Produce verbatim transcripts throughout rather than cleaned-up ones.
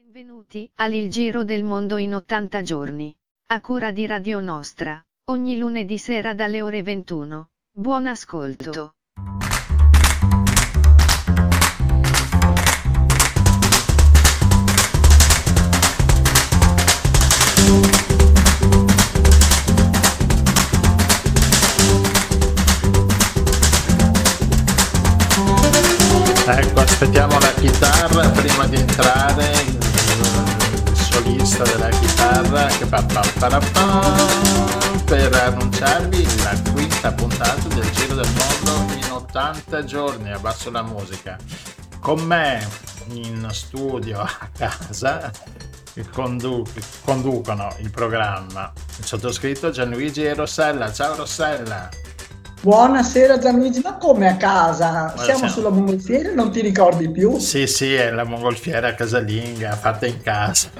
Benvenuti al Il Giro del Mondo in ottanta giorni. A cura di Radio Nostra, ogni lunedì sera dalle ore ventuno. Buon ascolto. Ecco, aspettiamo la chitarra prima di entrare, il solista della chitarra che fa pa pa ra pa, per annunciarvi la quinta puntata del Giro del Mondo in ottanta giorni. Abbasso la musica. Con me in studio a casa condu- conducono il programma il sottoscritto Gianluigi e Rossella. Ciao Rossella. Buonasera Gianluigi, ma come a casa? Ma Siamo siamo- sulla mongolfiera, non ti ricordi più? Sì, sì, è la mongolfiera casalinga fatta in casa.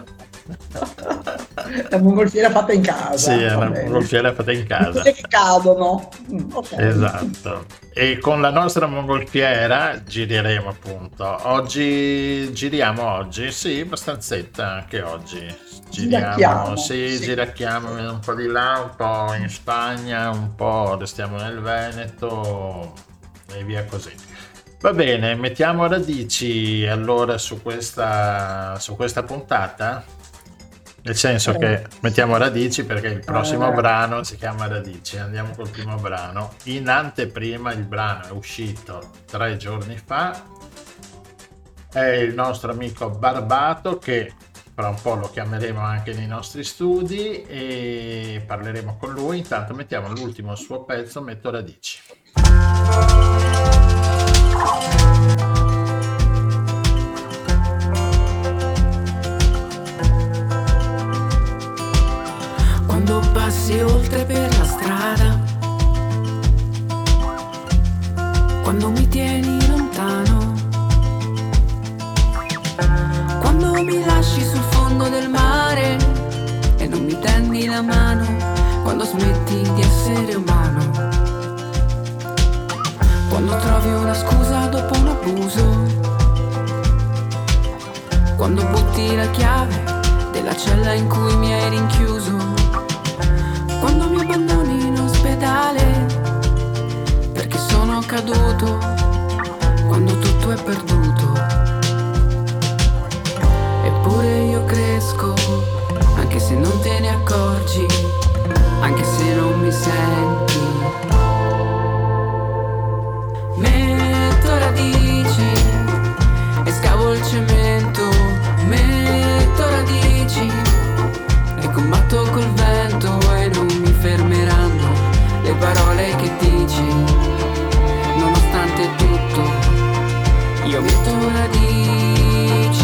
La mongolfiera fatta in casa. Sì, è va una bene. mongolfiera fatta in casa. Cose che cadono. Mm, ok. Esatto. E con la nostra mongolfiera gireremo appunto. Oggi giriamo oggi, sì, abbastanzetta anche oggi. Giriamo, Giracchiamo, sì, sì. giracchiamo un po' di là, un po' in Spagna, un po' restiamo nel Veneto e via così. Va bene, mettiamo radici allora su questa, su questa puntata. Nel senso Eh. che mettiamo radici perché il prossimo Eh. brano si chiama Radici. Andiamo col primo brano. In anteprima il brano è uscito tre giorni fa. È il nostro amico Barbato che fra un po' lo chiameremo anche nei nostri studi e parleremo con lui. Intanto mettiamo l'ultimo suo pezzo, Metto Radici. Quando passi oltre per la strada, quando mi tieni lontano, quando mi lasci sul fondo del mare e non mi tendi la mano, quando smetti di essere umano, quando trovi una scusa dopo un abuso, quando butti la chiave della cella in cui mi hai rinchiuso, quando mi abbandoni in ospedale perché sono caduto, quando tutto è perduto. Eppure io cresco, anche se non te ne accorgi, anche se non mi senti. Metto radici e scavo il cemento, metto radici e combatto col vento e non mi fermeranno le parole che dici. Nonostante tutto, io metto radici.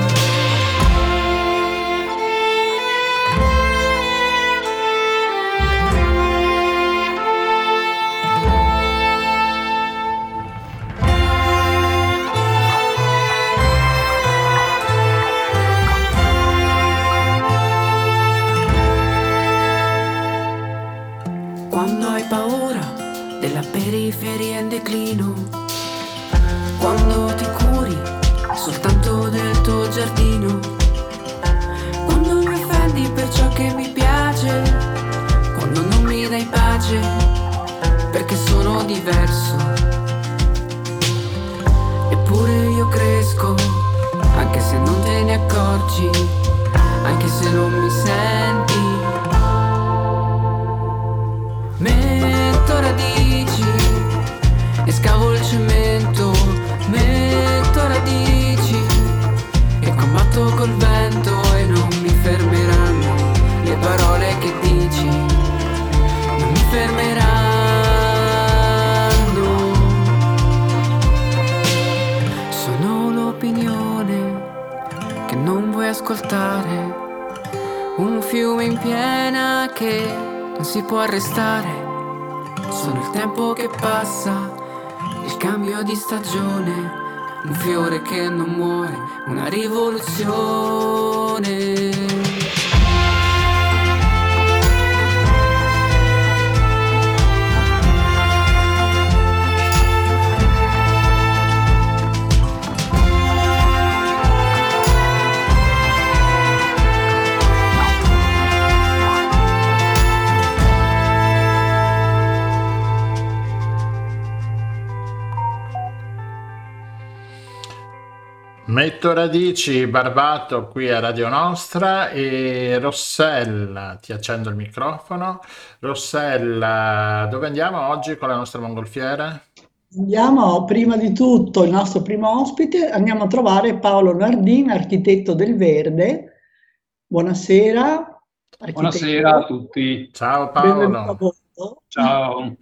Quando hai paura della periferia in declino, quando ti curi soltanto del tuo giardino, quando mi offendi per ciò che mi piace, quando non mi dai pace perché sono diverso. Eppure io cresco, anche se non te ne accorgi, anche se non mi senti. Metto radici e scavo il cemento, metto radici e combatto col vento e non mi fermeranno le parole che dici, non mi fermeranno. Sono l'opinione che non vuoi ascoltare, un fiume in piena che non si può arrestare. Sono il tempo che passa, il cambio di stagione, un fiore che non muore, una rivoluzione. Metto radici, Barbato qui a Radio Nostra e Rossella, ti accendo il microfono. Rossella, dove andiamo oggi con la nostra mongolfiera? Andiamo prima di tutto, il nostro primo ospite, andiamo a trovare Paolo Nardin, architetto del Verde. Buonasera, Buonasera a architetto. tutti. Ciao Benvenuto a Paolo. bordo. Ciao.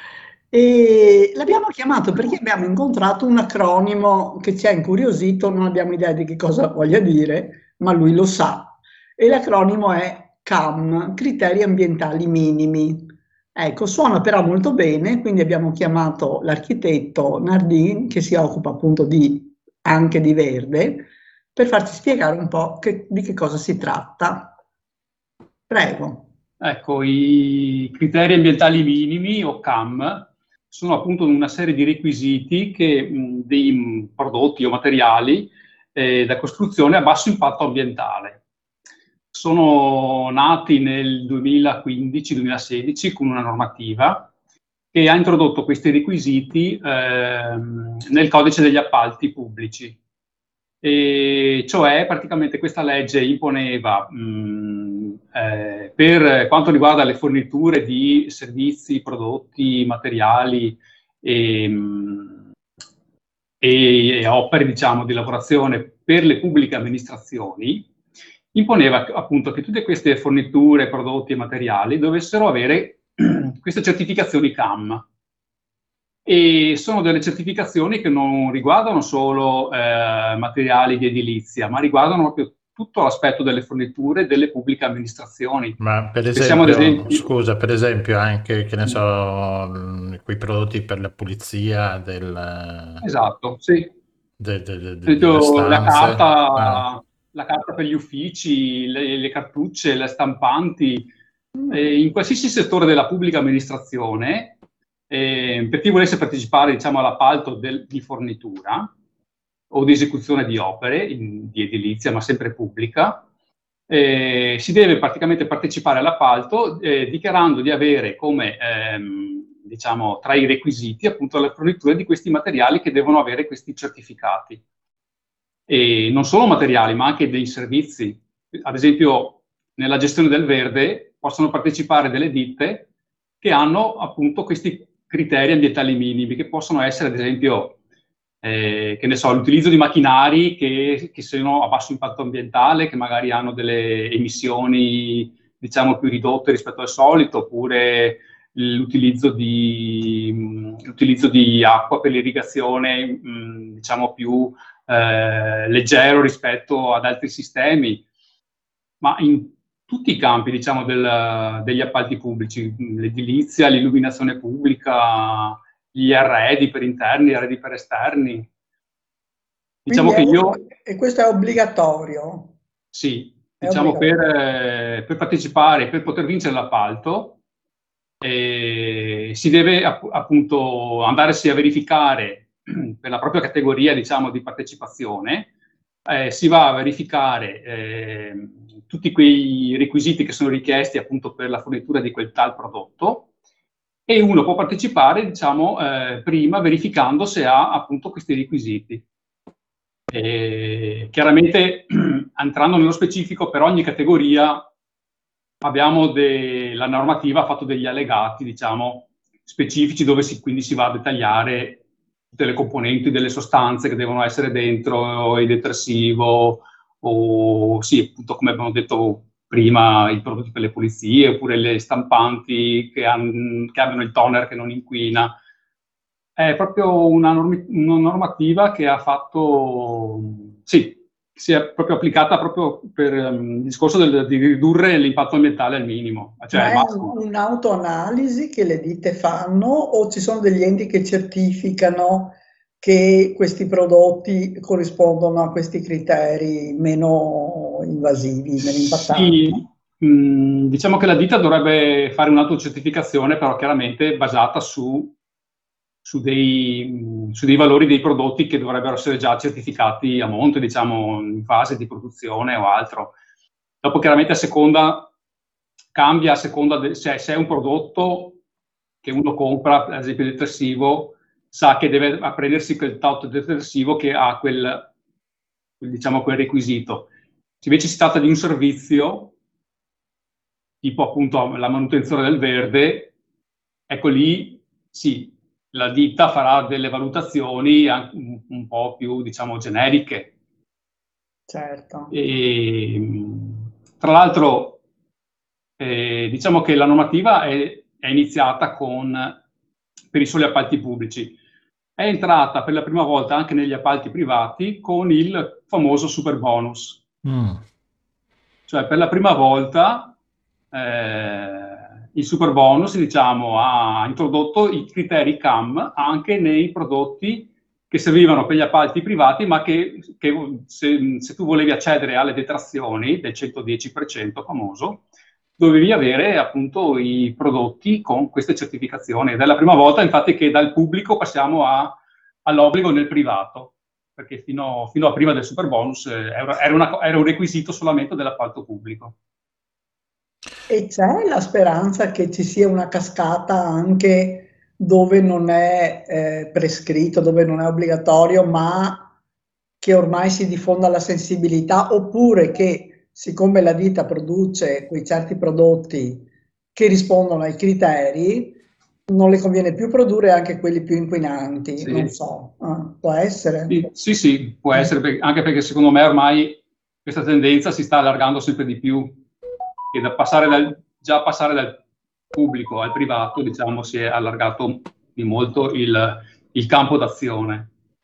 E l'abbiamo chiamato perché abbiamo incontrato un acronimo che ci ha incuriosito, non abbiamo idea di che cosa voglia dire, ma lui lo sa. E l'acronimo è C A M, Criteri Ambientali Minimi. Ecco, suona però molto bene, quindi abbiamo chiamato l'architetto Nardin, che si occupa appunto di, anche di verde, per farci spiegare un po' che- di che cosa si tratta. Prego. Ecco, i criteri ambientali minimi o C A M sono appunto una serie di requisiti che mh, dei mh, prodotti o materiali eh, da costruzione a basso impatto ambientale. Sono nati nel duemilaquindici duemilasedici con una normativa che ha introdotto questi requisiti ehm, nel codice degli appalti pubblici. E cioè praticamente questa legge imponeva mh, eh, per quanto riguarda le forniture di servizi, prodotti, materiali e, mh, e, e opere, diciamo, di lavorazione per le pubbliche amministrazioni, imponeva appunto che tutte queste forniture, prodotti e materiali dovessero avere queste certificazioni C A M. E sono delle certificazioni che non riguardano solo eh, materiali di edilizia, ma riguardano proprio tutto l'aspetto delle forniture delle pubbliche amministrazioni. Ma per Pensiamo ad esempio, esempio... scusa, per esempio anche, che ne so, mh, quei prodotti per la pulizia del, Esatto, sì. de- de- de- de- Per delle esempio, la stanze. Ah. carta, la carta per gli uffici, le, le cartucce, le stampanti, eh, in qualsiasi settore della pubblica amministrazione, eh, per chi volesse partecipare, diciamo, all'appalto del- di fornitura o di esecuzione di opere in- di edilizia, ma sempre pubblica, eh, si deve praticamente partecipare all'appalto eh, dichiarando di avere come, ehm, diciamo, tra i requisiti appunto la fornitura di questi materiali che devono avere questi certificati. E non solo materiali, ma anche dei servizi. Ad esempio, nella gestione del verde possono partecipare delle ditte che hanno appunto questi criteri ambientali minimi, che possono essere, ad esempio, eh, che ne so, l'utilizzo di macchinari che, che siano a basso impatto ambientale, che magari hanno delle emissioni, diciamo, più ridotte rispetto al solito, oppure l'utilizzo di, mh, l'utilizzo di acqua per l'irrigazione, mh, diciamo, più eh, leggero rispetto ad altri sistemi, ma in tutti i campi, diciamo, del- degli appalti pubblici, l'edilizia, l'illuminazione pubblica, gli arredi per interni, gli arredi per esterni. Quindi Diciamo è, che io, e questo è obbligatorio? sì, È diciamo per, obbligatorio. eh, per partecipare, per poter vincere l'appalto, eh, si deve app- appunto andarsi a verificare per la propria categoria, diciamo, di partecipazione, eh, si va a verificare eh, tutti quei requisiti che sono richiesti appunto per la fornitura di quel tal prodotto e uno può partecipare, diciamo, eh, prima verificando se ha appunto questi requisiti. E chiaramente, entrando nello specifico, per ogni categoria abbiamo de- la normativa ha fatto degli allegati, diciamo, specifici dove si, quindi si va a dettagliare tutte le componenti delle sostanze che devono essere dentro il detersivo o sì, appunto come abbiamo detto prima, i prodotti per le pulizie oppure le stampanti che, han- che abbiano il toner che non inquina. È proprio una, normi- una normativa che ha fatto, sì, si è proprio applicata proprio per ehm, il discorso del- di ridurre l'impatto ambientale al minimo, cioè Ma al è un- massimo. un'autoanalisi che le ditte fanno o ci sono degli enti che certificano che questi prodotti corrispondono a questi criteri meno invasivi, meno impattanti? Sì, mh, diciamo che la ditta dovrebbe fare un'autocertificazione, però chiaramente basata su, su dei, mh, su dei valori dei prodotti che dovrebbero essere già certificati a monte, diciamo, in fase di produzione o altro. Dopo chiaramente a seconda, cambia a seconda de- se, se è un prodotto che uno compra, ad esempio il detersivo, sa che deve prendersi quel tot detersivo che ha quel diciamo quel requisito. Se invece si tratta di un servizio, tipo appunto la manutenzione del verde, ecco lì sì, la ditta farà delle valutazioni anche un, un po' più, diciamo, generiche. Certo. E, tra l'altro, eh, diciamo che la normativa è, è iniziata con, per i soli appalti pubblici. È entrata per la prima volta anche negli appalti privati con il famoso super bonus. Mm. Cioè, per la prima volta eh, il super bonus, diciamo, ha introdotto i criteri C A M anche nei prodotti che servivano per gli appalti privati, ma che, che se, se tu volevi accedere alle detrazioni del centodieci per cento famoso, dovevi avere appunto i prodotti con queste certificazioni. Ed è la prima volta, infatti, che dal pubblico passiamo a, all'obbligo nel privato, perché fino, fino a prima del super bonus eh, era, era, una, era un requisito solamente dell'appalto pubblico. E c'è la speranza che ci sia una cascata anche dove non è eh, prescritto, dove non è obbligatorio, ma che ormai si diffonda la sensibilità, oppure che, siccome la ditta produce quei certi prodotti che rispondono ai criteri, non le conviene più produrre anche quelli più inquinanti, Sì. non so, ah, può essere? Sì, sì, sì, può essere, perché, anche perché secondo me ormai questa tendenza si sta allargando sempre di più, e da passare dal, già passare dal pubblico al privato, diciamo, si è allargato di molto il, il campo d'azione.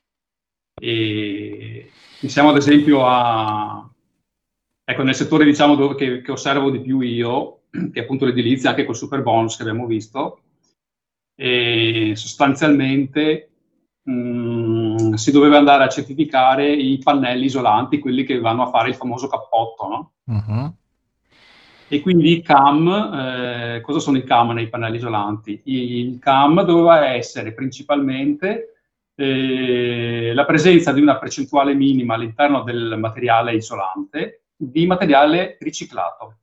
E pensiamo ad esempio a, ecco, nel settore, diciamo, dove, che, che osservo di più io, che è appunto l'edilizia, anche col super bonus che abbiamo visto, e sostanzialmente mh, si doveva andare a certificare i pannelli isolanti, quelli che vanno a fare il famoso cappotto, no? Uh-huh. E quindi i C A M, eh, cosa sono i C A M nei pannelli isolanti? Il C A M doveva essere principalmente eh, la presenza di una percentuale minima all'interno del materiale isolante di materiale riciclato.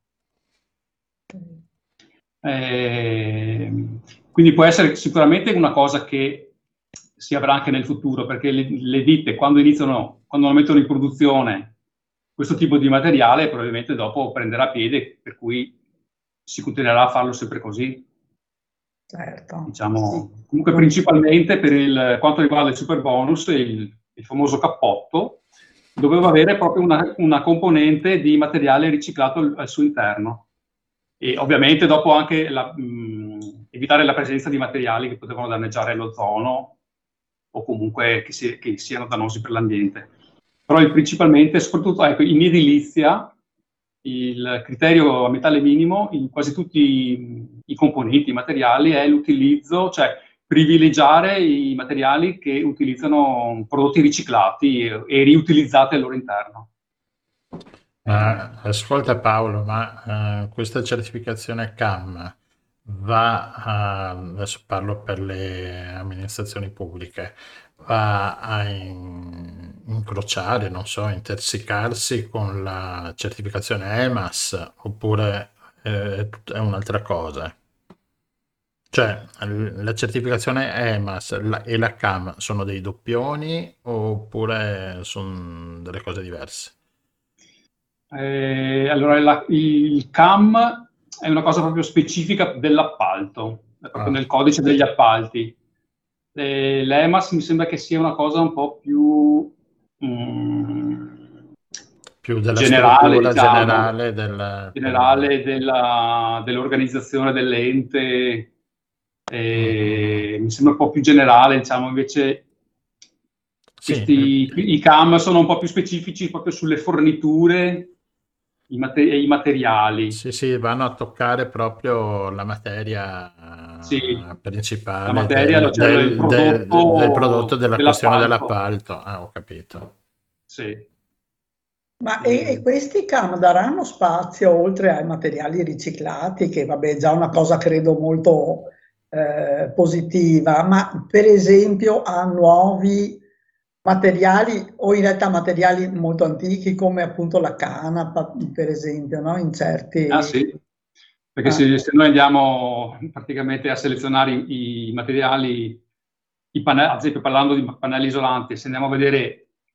Eh, quindi può essere sicuramente una cosa che si avrà anche nel futuro, perché le, le ditte quando iniziano, quando lo mettono in produzione questo tipo di materiale, probabilmente dopo prenderà piede, per cui si continuerà a farlo sempre così. Certo. Diciamo, Sì. comunque principalmente per il, quanto riguarda il super bonus, il, il famoso cappotto, doveva avere proprio una, una componente di materiale riciclato al, al suo interno. E ovviamente dopo anche la, mh, evitare la presenza di materiali che potevano danneggiare l'ozono o comunque che, si, che siano dannosi per l'ambiente. Però il, principalmente, soprattutto ecco, in edilizia, il criterio a metallo minimo in quasi tutti i, i componenti, i materiali, è l'utilizzo, cioè privilegiare i materiali che utilizzano prodotti riciclati e, e riutilizzati al loro interno. Uh, ascolta Paolo, ma uh, questa certificazione C A M va a, adesso parlo per le amministrazioni pubbliche, va a in, incrociare, non so, intersecarsi con la certificazione E M A S oppure eh, è un'altra cosa? Cioè, la certificazione E M A S la- e la C A M sono dei doppioni oppure sono delle cose diverse? Eh, allora, la, il C A M è una cosa proprio specifica dell'appalto, è proprio Ah. nel codice degli appalti. Eh, L'E M A S mi sembra che sia una cosa un po' più mm, Più della generale, struttura diciamo, generale del... generale della- dell'organizzazione dell'ente. Eh, mi sembra un po' più generale, diciamo, invece Sì, questi, i C A M sono un po' più specifici proprio sulle forniture, i, mate- e i materiali. sì, sì, vanno a toccare proprio la materia Sì, eh, principale la materia, del, cioè del- il del- prodotto del prodotto della questione dell'appalto. dell'appalto. Ah, ho capito. Sì. Ma e, e questi C A M daranno spazio, oltre ai materiali riciclati, che vabbè è già una cosa credo molto eh, positiva, ma per esempio a nuovi materiali o in realtà materiali molto antichi come appunto la canapa, per esempio, no? In certi... Ah sì, perché Ah, se, se noi andiamo praticamente a selezionare i, i materiali, i pannelli, ad esempio parlando di pannelli isolanti, se andiamo a vedere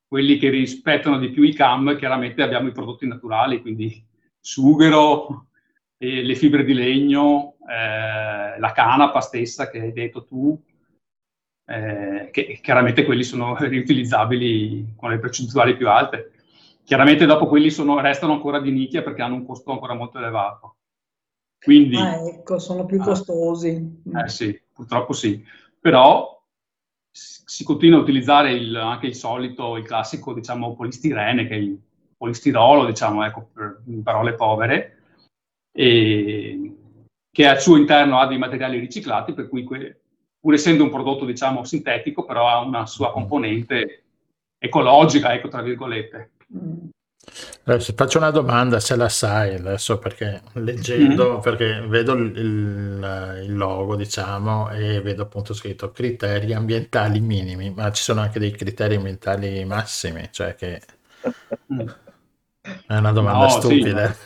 quelli che rispettano di più i C A M, chiaramente abbiamo i prodotti naturali, quindi sughero, e le fibre di legno, eh, la canapa stessa che hai detto tu, eh, che chiaramente quelli sono riutilizzabili con le percentuali più alte. Chiaramente dopo quelli sono, restano ancora di nicchia perché hanno un costo ancora molto elevato. Quindi, Ah, ecco, sono più ah, costosi. eh sì, purtroppo sì. Però s- si continua a utilizzare il- anche il solito, il classico, diciamo, polistirene, che è il polistirolo, diciamo, ecco, per, in parole povere, e che al suo interno ha dei materiali riciclati, per cui que- pur essendo un prodotto, diciamo, sintetico, però ha una sua componente ecologica, ecco, tra virgolette. Mm. Adesso faccio una domanda, se la sai adesso, perché leggendo, Mm. perché vedo il, il- il logo, diciamo, e vedo appunto scritto criteri ambientali minimi, ma ci sono anche dei criteri ambientali massimi, cioè che Mm. è una domanda No, sì, no. stupida.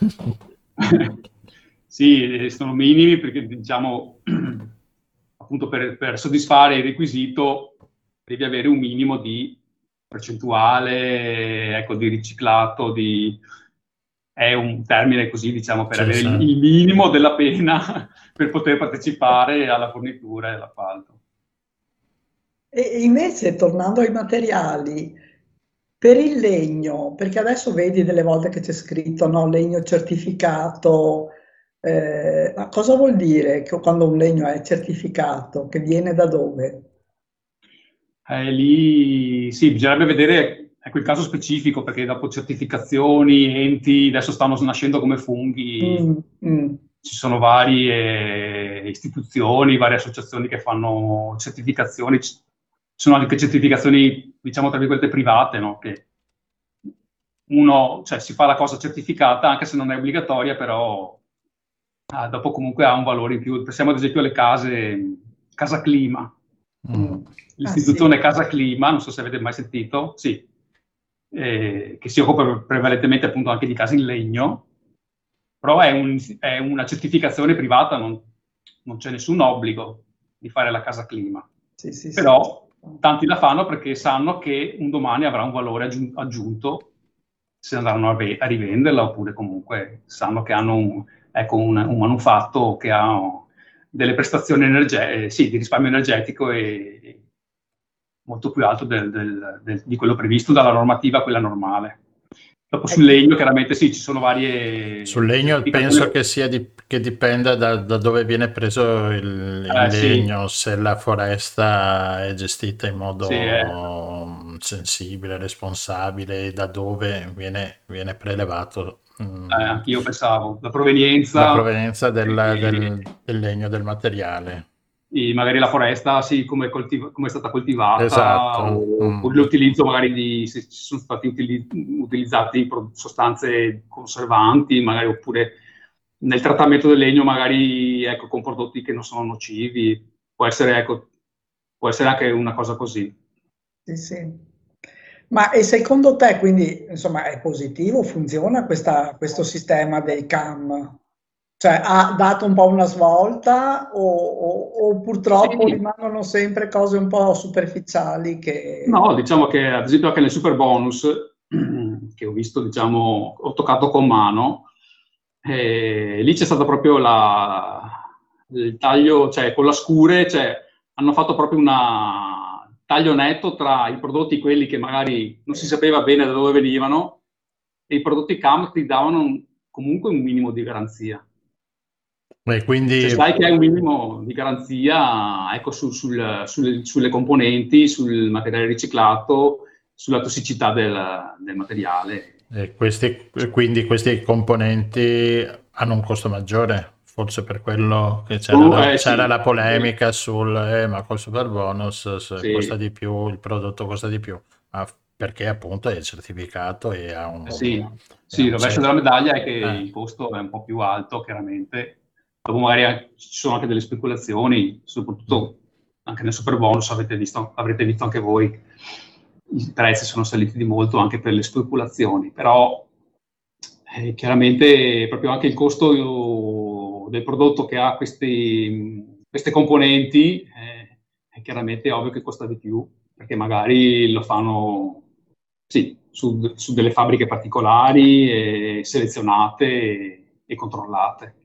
Sì, sono minimi perché diciamo appunto per, per soddisfare il requisito devi avere un minimo di percentuale, ecco, di riciclato, di... è un termine così, diciamo, per Sì, avere sì. il, il minimo della pena per poter partecipare alla fornitura e all'appalto. E invece, tornando ai materiali, per il legno, perché adesso vedi delle volte che c'è scritto, no, legno certificato, eh, ma cosa vuol dire che quando un legno è certificato? Che viene da dove? Eh, lì sì, bisognerebbe vedere ecco, il caso specifico, perché dopo certificazioni, enti, adesso stanno nascendo come funghi, Mm, mm. ci sono varie istituzioni, varie associazioni che fanno certificazioni, ci sono anche certificazioni, diciamo, tra virgolette, private, no? Che uno, cioè, si fa la cosa certificata, anche se non è obbligatoria, però ah, dopo comunque ha un valore in più. Pensiamo ad esempio alle case, Casa Clima. Mm. Ah, sì. L'istituzione Casa Clima, non so se avete mai sentito, sì, eh, che si occupa prevalentemente appunto anche di case in legno, però è, un- è una certificazione privata, non, non c'è nessun obbligo di fare la casa clima. Sì, sì, sì. Però tanti la fanno perché sanno che un domani avrà un valore aggiun- aggiunto se andranno a, ve- a rivenderla, oppure comunque sanno che hanno un, ecco, un, un manufatto che ha delle prestazioni energe- eh, sì, di risparmio energetico e, e molto più alto del- del- del- di quello previsto dalla normativa, quella normale. Dopo sul Ecco. legno chiaramente sì, ci sono varie Sul legno certificazioni. penso che sia di- che dipenda da, da dove viene preso il, il Eh, sì, legno, se la foresta è gestita in sì, eh. modo sensibile, responsabile, e da dove viene, viene prelevato mm, Eh, anch'io pensavo, la la provenienza, provenienza del, e, del- del legno, del materiale. e magari la foresta, sì, come, coltiv- come è stata coltivata, Esatto. o, Mm. o l'utilizzo magari di, se ci sono stati utili- utilizzati pro- sostanze conservanti, magari, oppure nel trattamento del legno, magari ecco, con prodotti che non sono nocivi, può essere, ecco, può essere anche una cosa così. Sì, sì. Ma e secondo te, quindi, insomma, è positivo? Funziona questa- questo sistema dei C A M? Cioè, ha dato un po' una svolta o, o- o purtroppo Sì, rimangono sempre cose un po' superficiali che... no, diciamo che ad esempio anche nel super bonus, che ho visto, diciamo, ho toccato con mano, eh, lì c'è stato proprio la, il taglio, cioè con la scure, cioè hanno fatto proprio un taglio netto tra i prodotti, quelli che magari non si sapeva bene da dove venivano, e i prodotti C A M ti davano un- comunque un minimo di garanzia. E quindi Se sai che hai un minimo di garanzia, ecco, su- sul- sulle, sulle componenti, sul materiale riciclato, sulla tossicità del, del materiale. eh, questi, quindi questi componenti hanno un costo maggiore, forse per quello che c'era Oh, la, eh, c'era sì, la eh, polemica sul eh, ma col super bonus se costa sì, di più, il prodotto costa di più, ma perché appunto è certificato e ha eh, un, sì, e ha sì, il un rovescio sen- della medaglia è che eh, il costo è un po' più alto, chiaramente. Dopo magari anche- ci sono anche delle speculazioni, mm. soprattutto anche nel super bonus avete visto, avrete visto anche voi, i prezzi sono saliti di molto anche per le speculazioni, però eh, chiaramente proprio anche il costo del prodotto che ha questi, queste componenti eh, è chiaramente ovvio che costa di più, perché magari lo fanno sì, su, su delle fabbriche particolari, e selezionate e, e controllate.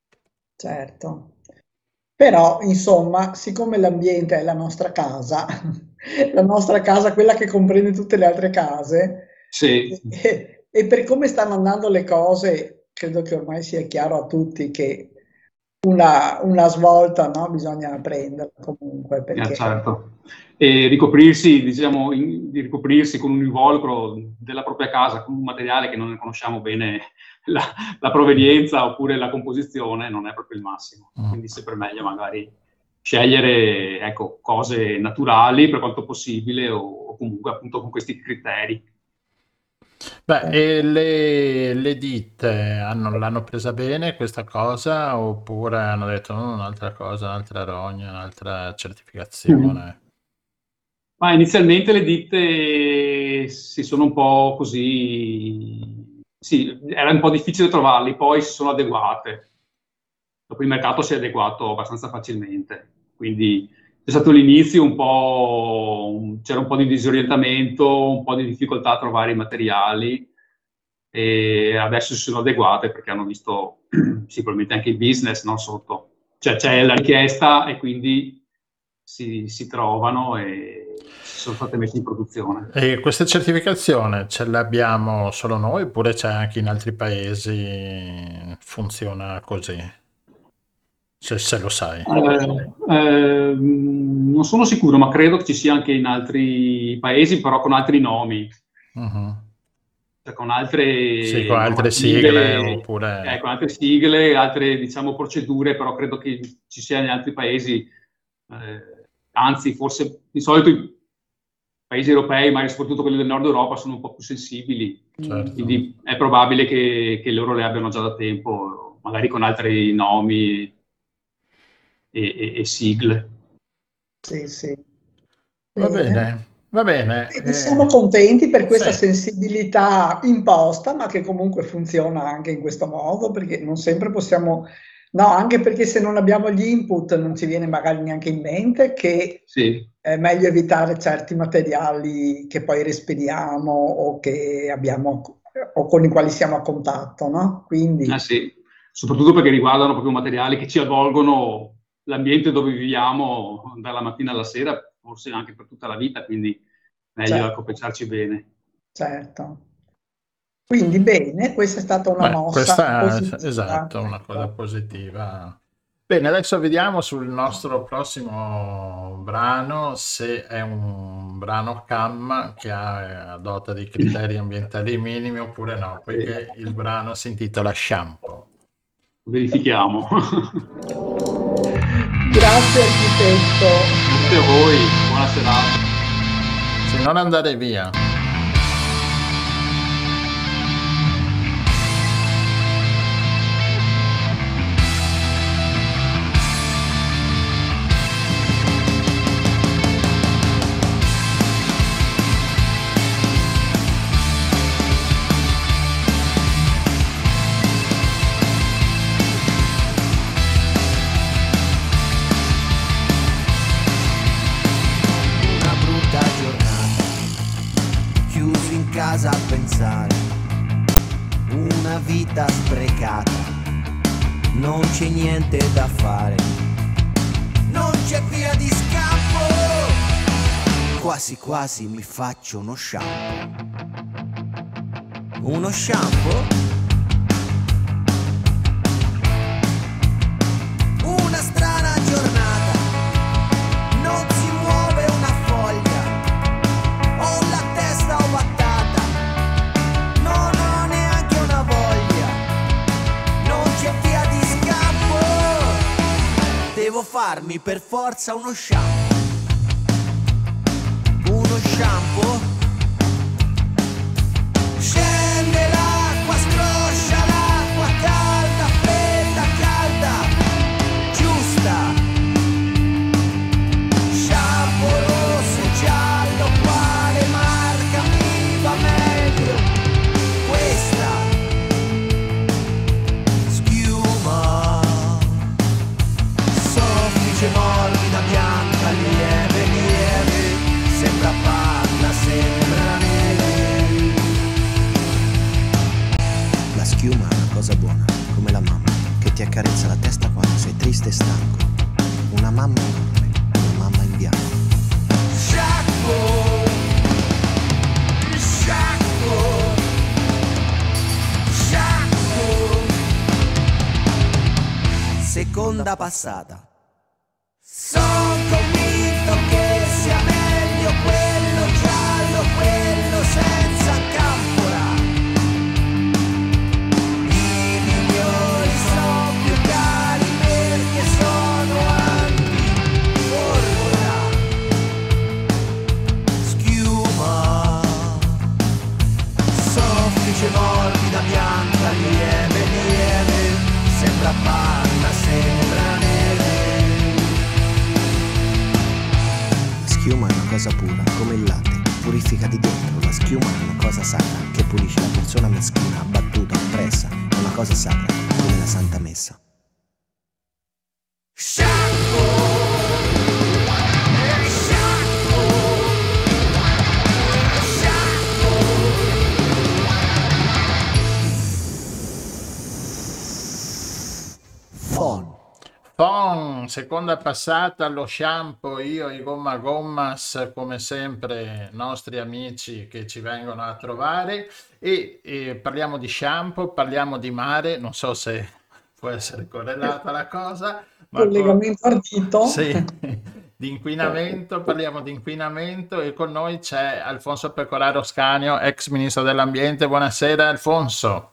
Certo. Però, insomma, siccome l'ambiente è la nostra casa, la nostra casa, quella che comprende tutte le altre case, Sì. e, e per come stanno andando le cose, credo che ormai sia chiaro a tutti che una, una svolta, no, bisogna prenderla comunque. Perché... Eh, certo. E ricoprirsi, diciamo, in, di ricoprirsi con un involucro della propria casa, con un materiale che non ne conosciamo bene la, la provenienza oppure la composizione, non è proprio il massimo. Mm. Quindi sempre meglio magari scegliere, ecco, cose naturali per quanto possibile, o, o comunque appunto con questi criteri. Beh, e le, le ditte hanno, l'hanno presa bene questa cosa, oppure hanno detto "No, un'altra cosa, un'altra rogna, un'altra certificazione"? Ma inizialmente le ditte si sono un po' così, sì, era un po' difficile trovarli, poi si sono adeguate. Dopo il mercato si è adeguato abbastanza facilmente, quindi c'è stato l'inizio un po', c'era un po' di disorientamento, un po' di difficoltà a trovare i materiali, e adesso si sono adeguate perché hanno visto sicuramente anche il business, no, sotto. Cioè c'è la richiesta e quindi si, si trovano e si sono state messe in produzione. E questa certificazione ce l'abbiamo solo noi, oppure c'è anche in altri paesi, funziona così? Se, se lo sai. Eh, eh, non sono sicuro, ma credo che ci sia anche in altri paesi, però con altri nomi. Uh-huh. Cioè con altre, sì, con altre sigle, sigle, oppure... eh, con altre sigle, altre, diciamo, procedure, però credo che ci sia in altri paesi, eh, anzi forse di solito i paesi europei, ma soprattutto quelli del nord Europa, sono un po' più sensibili, certo. Quindi è probabile che, che loro le abbiano già da tempo, magari con altri nomi e, e, e sigle. Sì, sì. Va bene. Va bene. E siamo eh, contenti per questa sì. sensibilità imposta, ma che comunque funziona anche in questo modo, perché non sempre possiamo, no, anche perché se non abbiamo gli input non ci viene magari neanche in mente che Sì. è meglio evitare certi materiali che poi respiriamo o che abbiamo o con i quali siamo a contatto, no? Quindi... Ah, sì. Soprattutto perché riguardano proprio materiali che ci avvolgono l'ambiente dove viviamo dalla mattina alla sera, forse anche per tutta la vita, quindi meglio certo. ecco, pensarci bene. Certo. Quindi bene, questa è stata una Beh, mossa questa, positiva. esatto, una cosa positiva. Bene, adesso vediamo sul nostro prossimo brano se è un brano C A M che ha dota di criteri ambientali minimi oppure no, perché il brano si intitola Shampoo. Verifichiamo. Grazie architetto. Grazie a voi, buona serata. Se non andare via. casa a pensare, una vita sprecata, non c'è niente da fare, non c'è via di scampo, quasi quasi mi faccio uno shampoo, uno shampoo, una strana giornata, non si muove una foglia, ho la testa ovattata. Devo farmi per forza uno shampoo, uno shampoo, scende l'acqua, scroscia l'acqua, calda, fredda, calda, giusta, shampoo rosso, giallo, quale marca mi va meglio, questa, schiuma, morbida, bianca, lieve, lieve, sembra palla, sembra accarezza la testa quando sei triste e stanco. Una mamma enorme, una mamma in bianco. Sciacquo, sciacquo, sciacquo. Seconda passata. Sono convinto che sia meglio quello giallo, quello senza campola. I migliori sono più cari perché sono anti-porpora. Schiuma, soffice morbida, bianca, lieve, lieve. Sembra panna, sembra neve. La schiuma è una cosa pura, come il latte, purifica di dentro. La schiuma è una cosa sacra, che pulisce la persona meschina, abbattuta, oppressa. È una cosa sacra, come la Santa Messa. Sciacquo, sciacquo, sciacquo. Fon. Pon, seconda passata, lo shampoo, io i Gomma Gommas, come sempre, nostri amici che ci vengono a trovare. E, e parliamo di shampoo, parliamo di mare, non so se può essere correlata la cosa, ma con- Collegamento ardito. sì, di inquinamento, parliamo di inquinamento e con noi c'è Alfonso Pecoraro Scanio, ex ministro dell'ambiente. Buonasera Alfonso.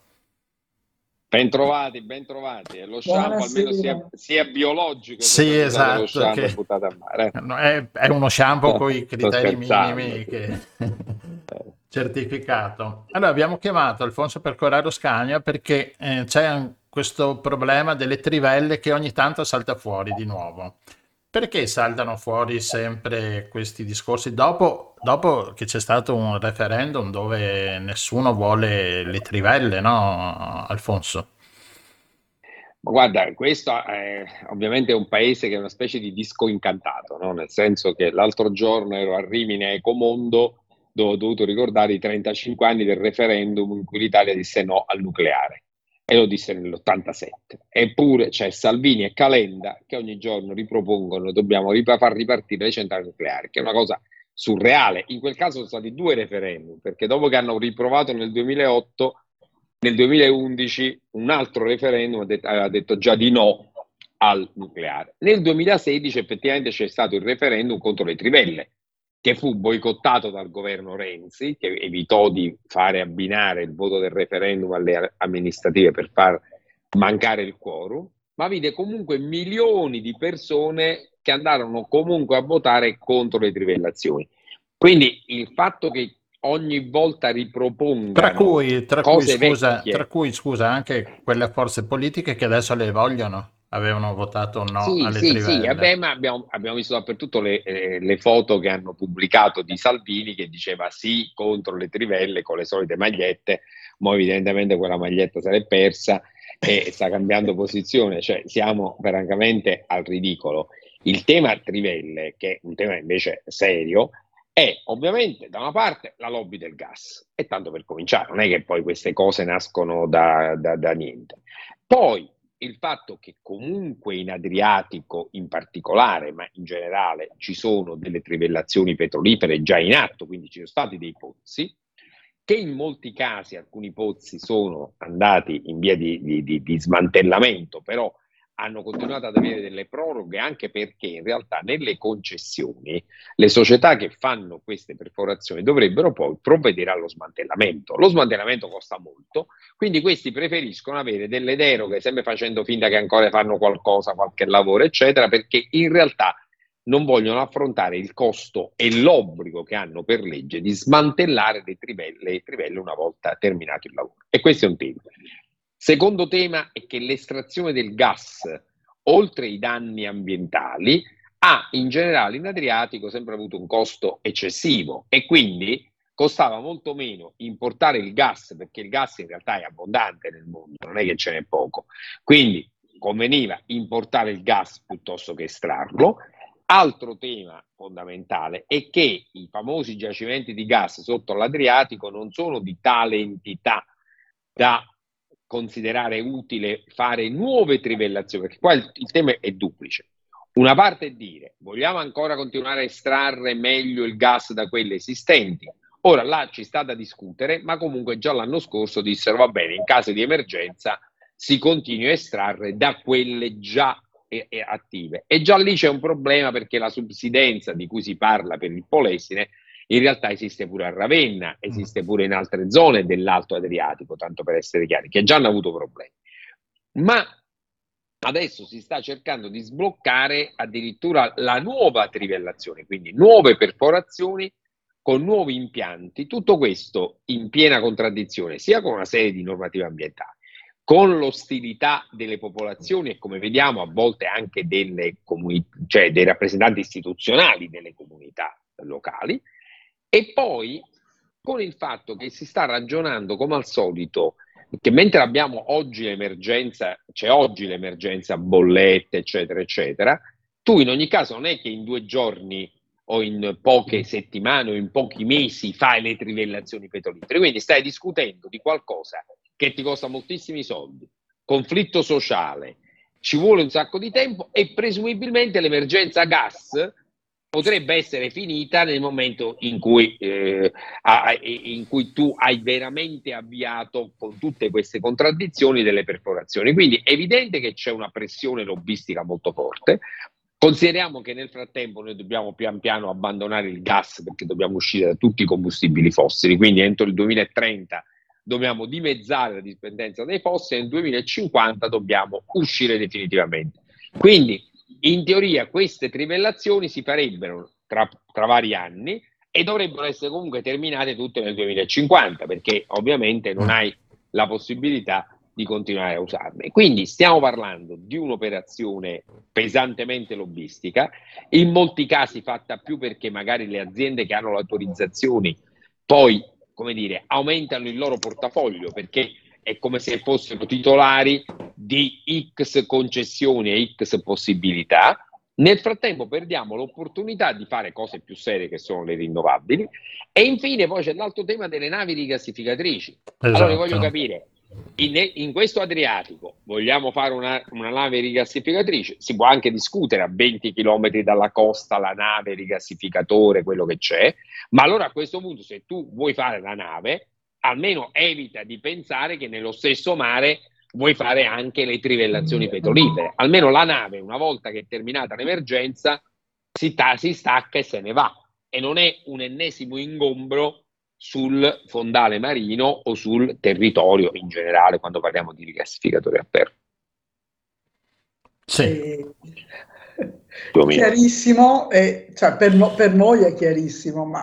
Bentrovati, bentrovati. E lo shampoo almeno sia, Buonasera. sia biologico. Sì, se non usate esatto, Lo shampoo che- è buttato a mare. No, È, è uno shampoo con i Sto criteri scherzando, minimi sì. che... certificato. Allora abbiamo chiamato Alfonso Pecoraro Scagna perché eh, c'è questo problema delle trivelle che ogni tanto salta fuori di nuovo. Perché saltano fuori sempre questi discorsi dopo, dopo che c'è stato un referendum dove nessuno vuole le trivelle, no, Alfonso? Ma guarda, questo è ovviamente un paese che è una specie di disco incantato, no? Nel senso che l'altro giorno ero a Rimini a Ecomondo, dove ho dovuto ricordare i trentacinque anni del referendum in cui l'Italia disse no al nucleare, e lo disse nell'ottantasette. Eppure c'è Salvini e Calenda che ogni giorno ripropongono dobbiamo ripa- far ripartire le centrali nucleari, che è una cosa surreale. In quel caso sono stati due referendum, perché dopo che hanno riprovato nel duemilaotto, nel duemilaundici un altro referendum ha det- aveva detto già di no al nucleare. Nel duemilasedici effettivamente c'è stato il referendum contro le trivelle, che fu boicottato dal governo Renzi, che evitò di fare abbinare il voto del referendum alle amministrative per far mancare il quorum, ma vide comunque milioni di persone che andarono comunque a votare contro le trivellazioni. Quindi il fatto che ogni volta Tra ripropongano cui, tra cui, cose scusa, vecchie. tra cui, scusa, anche quelle forze politiche che adesso le vogliono, avevano votato no Sì, alle sì, sì, trivelle. vabbè, ma abbiamo, abbiamo visto dappertutto le, eh, le foto che hanno pubblicato di Salvini che diceva sì contro le trivelle con le solite magliette, ma evidentemente quella maglietta se l'è persa e sta cambiando posizione, cioè siamo francamente al ridicolo. Il tema trivelle, che è un tema invece serio, è ovviamente da una parte la lobby del gas, e tanto per cominciare, non è che poi queste cose nascono da, da, da niente. Poi il fatto che comunque in Adriatico in particolare, ma in generale, ci sono delle trivellazioni petrolifere già in atto, quindi ci sono stati dei pozzi, che in molti casi alcuni pozzi sono andati in via di, di, di, di smantellamento, però hanno continuato ad avere delle proroghe, anche perché in realtà nelle concessioni le società che fanno queste perforazioni dovrebbero poi provvedere allo smantellamento. Lo smantellamento costa molto, quindi questi preferiscono avere delle deroghe, sempre facendo finta che ancora fanno qualcosa, qualche lavoro, eccetera, perché in realtà non vogliono affrontare il costo e l'obbligo che hanno per legge di smantellare le trivelle, le trivelle una volta terminato il lavoro. E questo è un tema. Secondo tema è che l'estrazione del gas, oltre ai danni ambientali, ha in generale in Adriatico sempre avuto un costo eccessivo, e quindi costava molto meno importare il gas, perché il gas in realtà è abbondante nel mondo, non è che ce n'è poco, quindi conveniva importare il gas piuttosto che estrarlo. Altro tema fondamentale è che i famosi giacimenti di gas sotto l'Adriatico non sono di tale entità da considerare utile fare nuove trivellazioni, perché qua il, il tema è duplice. Una parte è dire, vogliamo ancora continuare a estrarre meglio il gas da quelle esistenti? Ora là ci sta da discutere, ma comunque già l'anno scorso dissero va bene, in caso di emergenza si continua a estrarre da quelle già e, e attive. E già lì c'è un problema, perché la subsidenza di cui si parla per il Polesine in realtà esiste pure a Ravenna, esiste pure in altre zone dell'Alto Adriatico, tanto per essere chiari, che già hanno avuto problemi. Ma adesso si sta cercando di sbloccare addirittura la nuova trivellazione, quindi nuove perforazioni con nuovi impianti, tutto questo in piena contraddizione sia con una serie di normative ambientali, con l'ostilità delle popolazioni e, come vediamo, a volte anche delle comuni- cioè dei rappresentanti istituzionali delle comunità locali, e poi con il fatto che si sta ragionando come al solito, che mentre abbiamo oggi l'emergenza, c'è oggi l'emergenza bollette, eccetera, eccetera, tu in ogni caso non è che in due giorni o in poche settimane o in pochi mesi fai le trivellazioni petrolifere, quindi stai discutendo di qualcosa che ti costa moltissimi soldi, conflitto sociale, ci vuole un sacco di tempo e presumibilmente l'emergenza gas potrebbe essere finita nel momento in cui, eh, in cui tu hai veramente avviato, con tutte queste contraddizioni, delle perforazioni. Quindi è evidente che c'è una pressione lobbistica molto forte. Consideriamo che nel frattempo noi dobbiamo pian piano abbandonare il gas, perché dobbiamo uscire da tutti i combustibili fossili, quindi entro il duemilatrenta dobbiamo dimezzare la dipendenza dai fossili e nel duemilacinquanta dobbiamo uscire definitivamente. Quindi in teoria queste trivellazioni si farebbero tra, tra vari anni e dovrebbero essere comunque terminate tutte nel duemilacinquanta, perché ovviamente non hai la possibilità di continuare a usarle. Quindi stiamo parlando di un'operazione pesantemente lobbistica, in molti casi fatta più perché magari le aziende che hanno le autorizzazioni poi, come dire, aumentano il loro portafoglio, perché è come se fossero titolari di X concessioni e X possibilità. Nel frattempo perdiamo l'opportunità di fare cose più serie, che sono le rinnovabili, e infine poi c'è l'altro tema delle navi rigassificatrici. Esatto. Allora voglio capire, in, in questo Adriatico vogliamo fare una, una nave rigassificatrice? Si può anche discutere a venti chilometri dalla costa la nave rigassificatore, quello che c'è, ma allora a questo punto, se tu vuoi fare la nave, almeno evita di pensare che nello stesso mare vuoi fare anche le trivellazioni petrolifere. Almeno la nave, una volta che è terminata l'emergenza, si, ta- si stacca e se ne va, e non è un ennesimo ingombro sul fondale marino o sul territorio in generale quando parliamo di rigassificatori a ferro. Sì. Eh, chiarissimo, eh, cioè per, no, per noi è chiarissimo, ma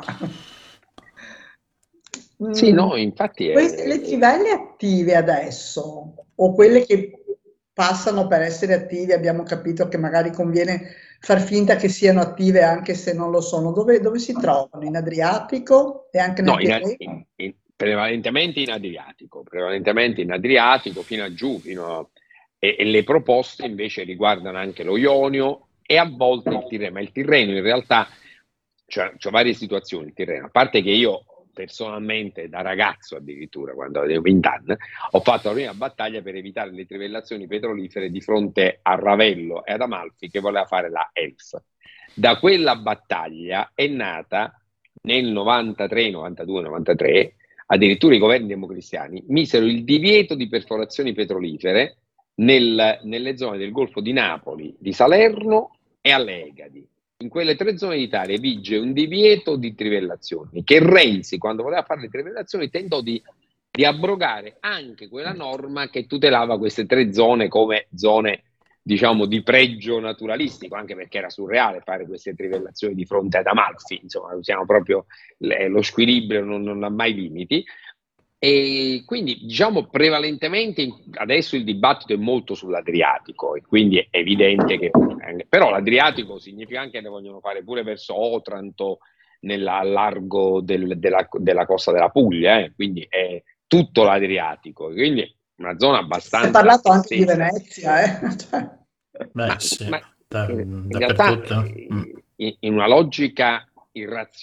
sì, no, infatti è... queste, le trivelle attive adesso, o quelle che passano per essere attive, abbiamo capito che magari conviene far finta che siano attive anche se non lo sono, dove, dove si trovano? In Adriatico e anche nel no, in, Tirreno? in, in, prevalentemente in Adriatico, prevalentemente in Adriatico fino a giù, fino a, e, e le proposte invece riguardano anche lo Ionio e a volte il Tirreno, ma il Tirreno in realtà c'è, c'è varie situazioni, il Tirreno, a parte che io personalmente da ragazzo addirittura, quando avevo venti anni, ho fatto la prima battaglia per evitare le trivellazioni petrolifere di fronte a Ravello e ad Amalfi, che voleva fare la E L F. Da quella battaglia è nata nel novantatré, novantadue, novantatré, addirittura i governi democristiani misero il divieto di perforazioni petrolifere nel, nelle zone del Golfo di Napoli, di Salerno e alle Egadi. In quelle tre zone d'Italia vige un divieto di trivellazioni, che Renzi, quando voleva fare le trivellazioni, tentò di, di abrogare anche quella norma che tutelava queste tre zone come zone, diciamo, di pregio naturalistico, anche perché era surreale fare queste trivellazioni di fronte ad Amalfi, insomma, siamo proprio, lo squilibrio non, non ha mai limiti. E quindi diciamo prevalentemente adesso il dibattito è molto sull'Adriatico e quindi è evidente che però l'Adriatico significa anche che ne vogliono fare pure verso Otranto nella, al largo del, della, della costa della Puglia, eh? Quindi è tutto l'Adriatico, quindi una zona abbastanza... Si è parlato anche estesa. di Venezia, eh? Cioè... Beh, ma, sì, ma da, in realtà in, in una logica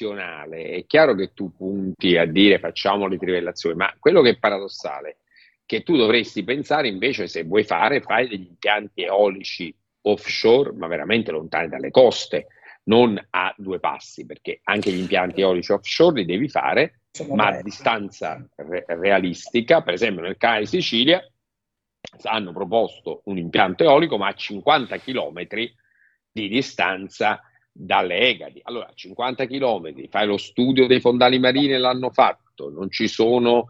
irrazionale è chiaro che tu punti a dire facciamo le trivellazioni, ma quello che è paradossale, che che tu dovresti pensare invece, se vuoi fare, fai degli impianti eolici offshore, ma veramente lontani dalle coste, non a due passi, perché anche gli impianti eolici offshore li devi fare, ma a distanza re- realistica. Per esempio nel canale di Sicilia hanno proposto un impianto eolico, ma a cinquanta chilometri di distanza dalle Egadi. Allora, a cinquanta chilometri fai lo studio dei fondali marini, l'hanno fatto, non ci sono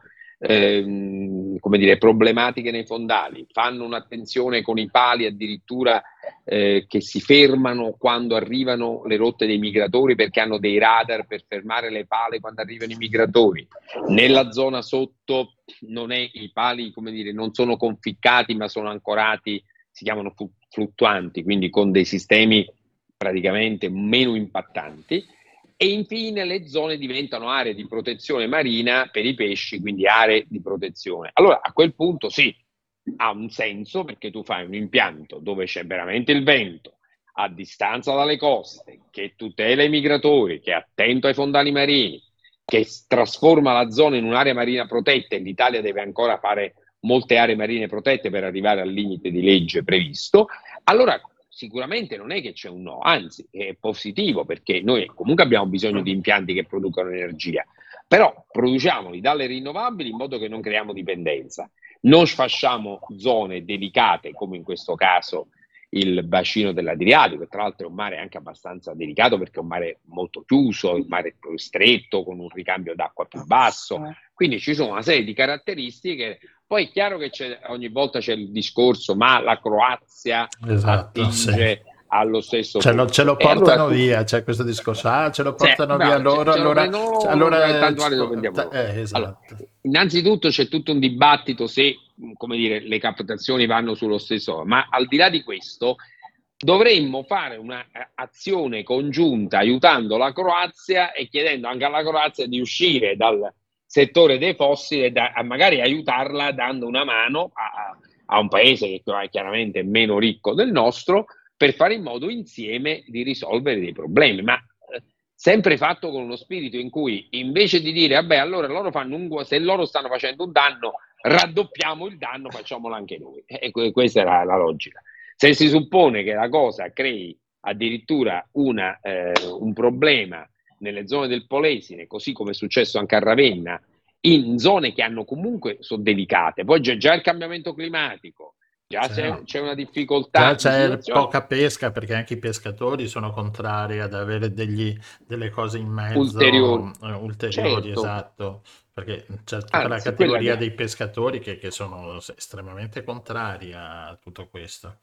ehm, come dire, problematiche nei fondali, fanno un'attenzione con i pali addirittura eh, che si fermano quando arrivano le rotte dei migratori, perché hanno dei radar per fermare le pale quando arrivano i migratori. Nella zona sotto non è, i pali, come dire, non sono conficcati, ma sono ancorati, si chiamano fluttuanti, quindi con dei sistemi praticamente meno impattanti. E infine le zone diventano aree di protezione marina per i pesci, quindi aree di protezione. Allora a quel punto sì, ha un senso, perché tu fai un impianto dove c'è veramente il vento, a distanza dalle coste, che tutela i migratori, che è attento ai fondali marini, che trasforma la zona in un'area marina protetta, e l'Italia deve ancora fare molte aree marine protette per arrivare al limite di legge previsto. Allora sicuramente non è che c'è un no, anzi è positivo, perché noi comunque abbiamo bisogno di impianti che producano energia, però produciamoli dalle rinnovabili in modo che non creiamo dipendenza, non sfasciamo zone delicate come in questo caso il bacino dell'Adriatico, che tra l'altro è un mare anche abbastanza delicato perché è un mare molto chiuso, un mare stretto con un ricambio d'acqua più basso, quindi ci sono una serie di caratteristiche. Poi è chiaro che c'è, ogni volta c'è il discorso, ma la Croazia esatto, attinge sì. allo stesso ce lo, punto. ce lo E portano allora, via, c'è questo discorso, ah ce lo portano sì, via bravo, loro, ce, ce allora, lo cioè, allora tanto vale lo eh, prendiamo noi. eh, esatto. Allora, innanzitutto c'è tutto un dibattito se, come dire, le captazioni vanno sullo stesso, ma al di là di questo dovremmo fare un'azione congiunta aiutando la Croazia e chiedendo anche alla Croazia di uscire dal settore dei fossili e da, magari aiutarla dando una mano a, a un paese che è chiaramente meno ricco del nostro, per fare in modo insieme di risolvere dei problemi, ma eh, sempre fatto con uno spirito in cui, invece di dire vabbè allora loro fanno un, se loro stanno facendo un danno, raddoppiamo il danno, facciamolo anche noi. E questa è la, la logica. Se si suppone che la cosa crei addirittura una, eh, un problema nelle zone del Polesine, così come è successo anche a Ravenna, in zone che hanno comunque, sono delicate, poi c'è già il cambiamento climatico, già Sì. c'è, c'è una difficoltà, già c'è situazione... poca pesca, perché anche i pescatori sono contrari ad avere degli, delle cose in mezzo ulteriori, eh, ulteriori, certo. Esatto, perché c'è tutta Anzi, la categoria che... dei pescatori che, che sono estremamente contrari a tutto questo.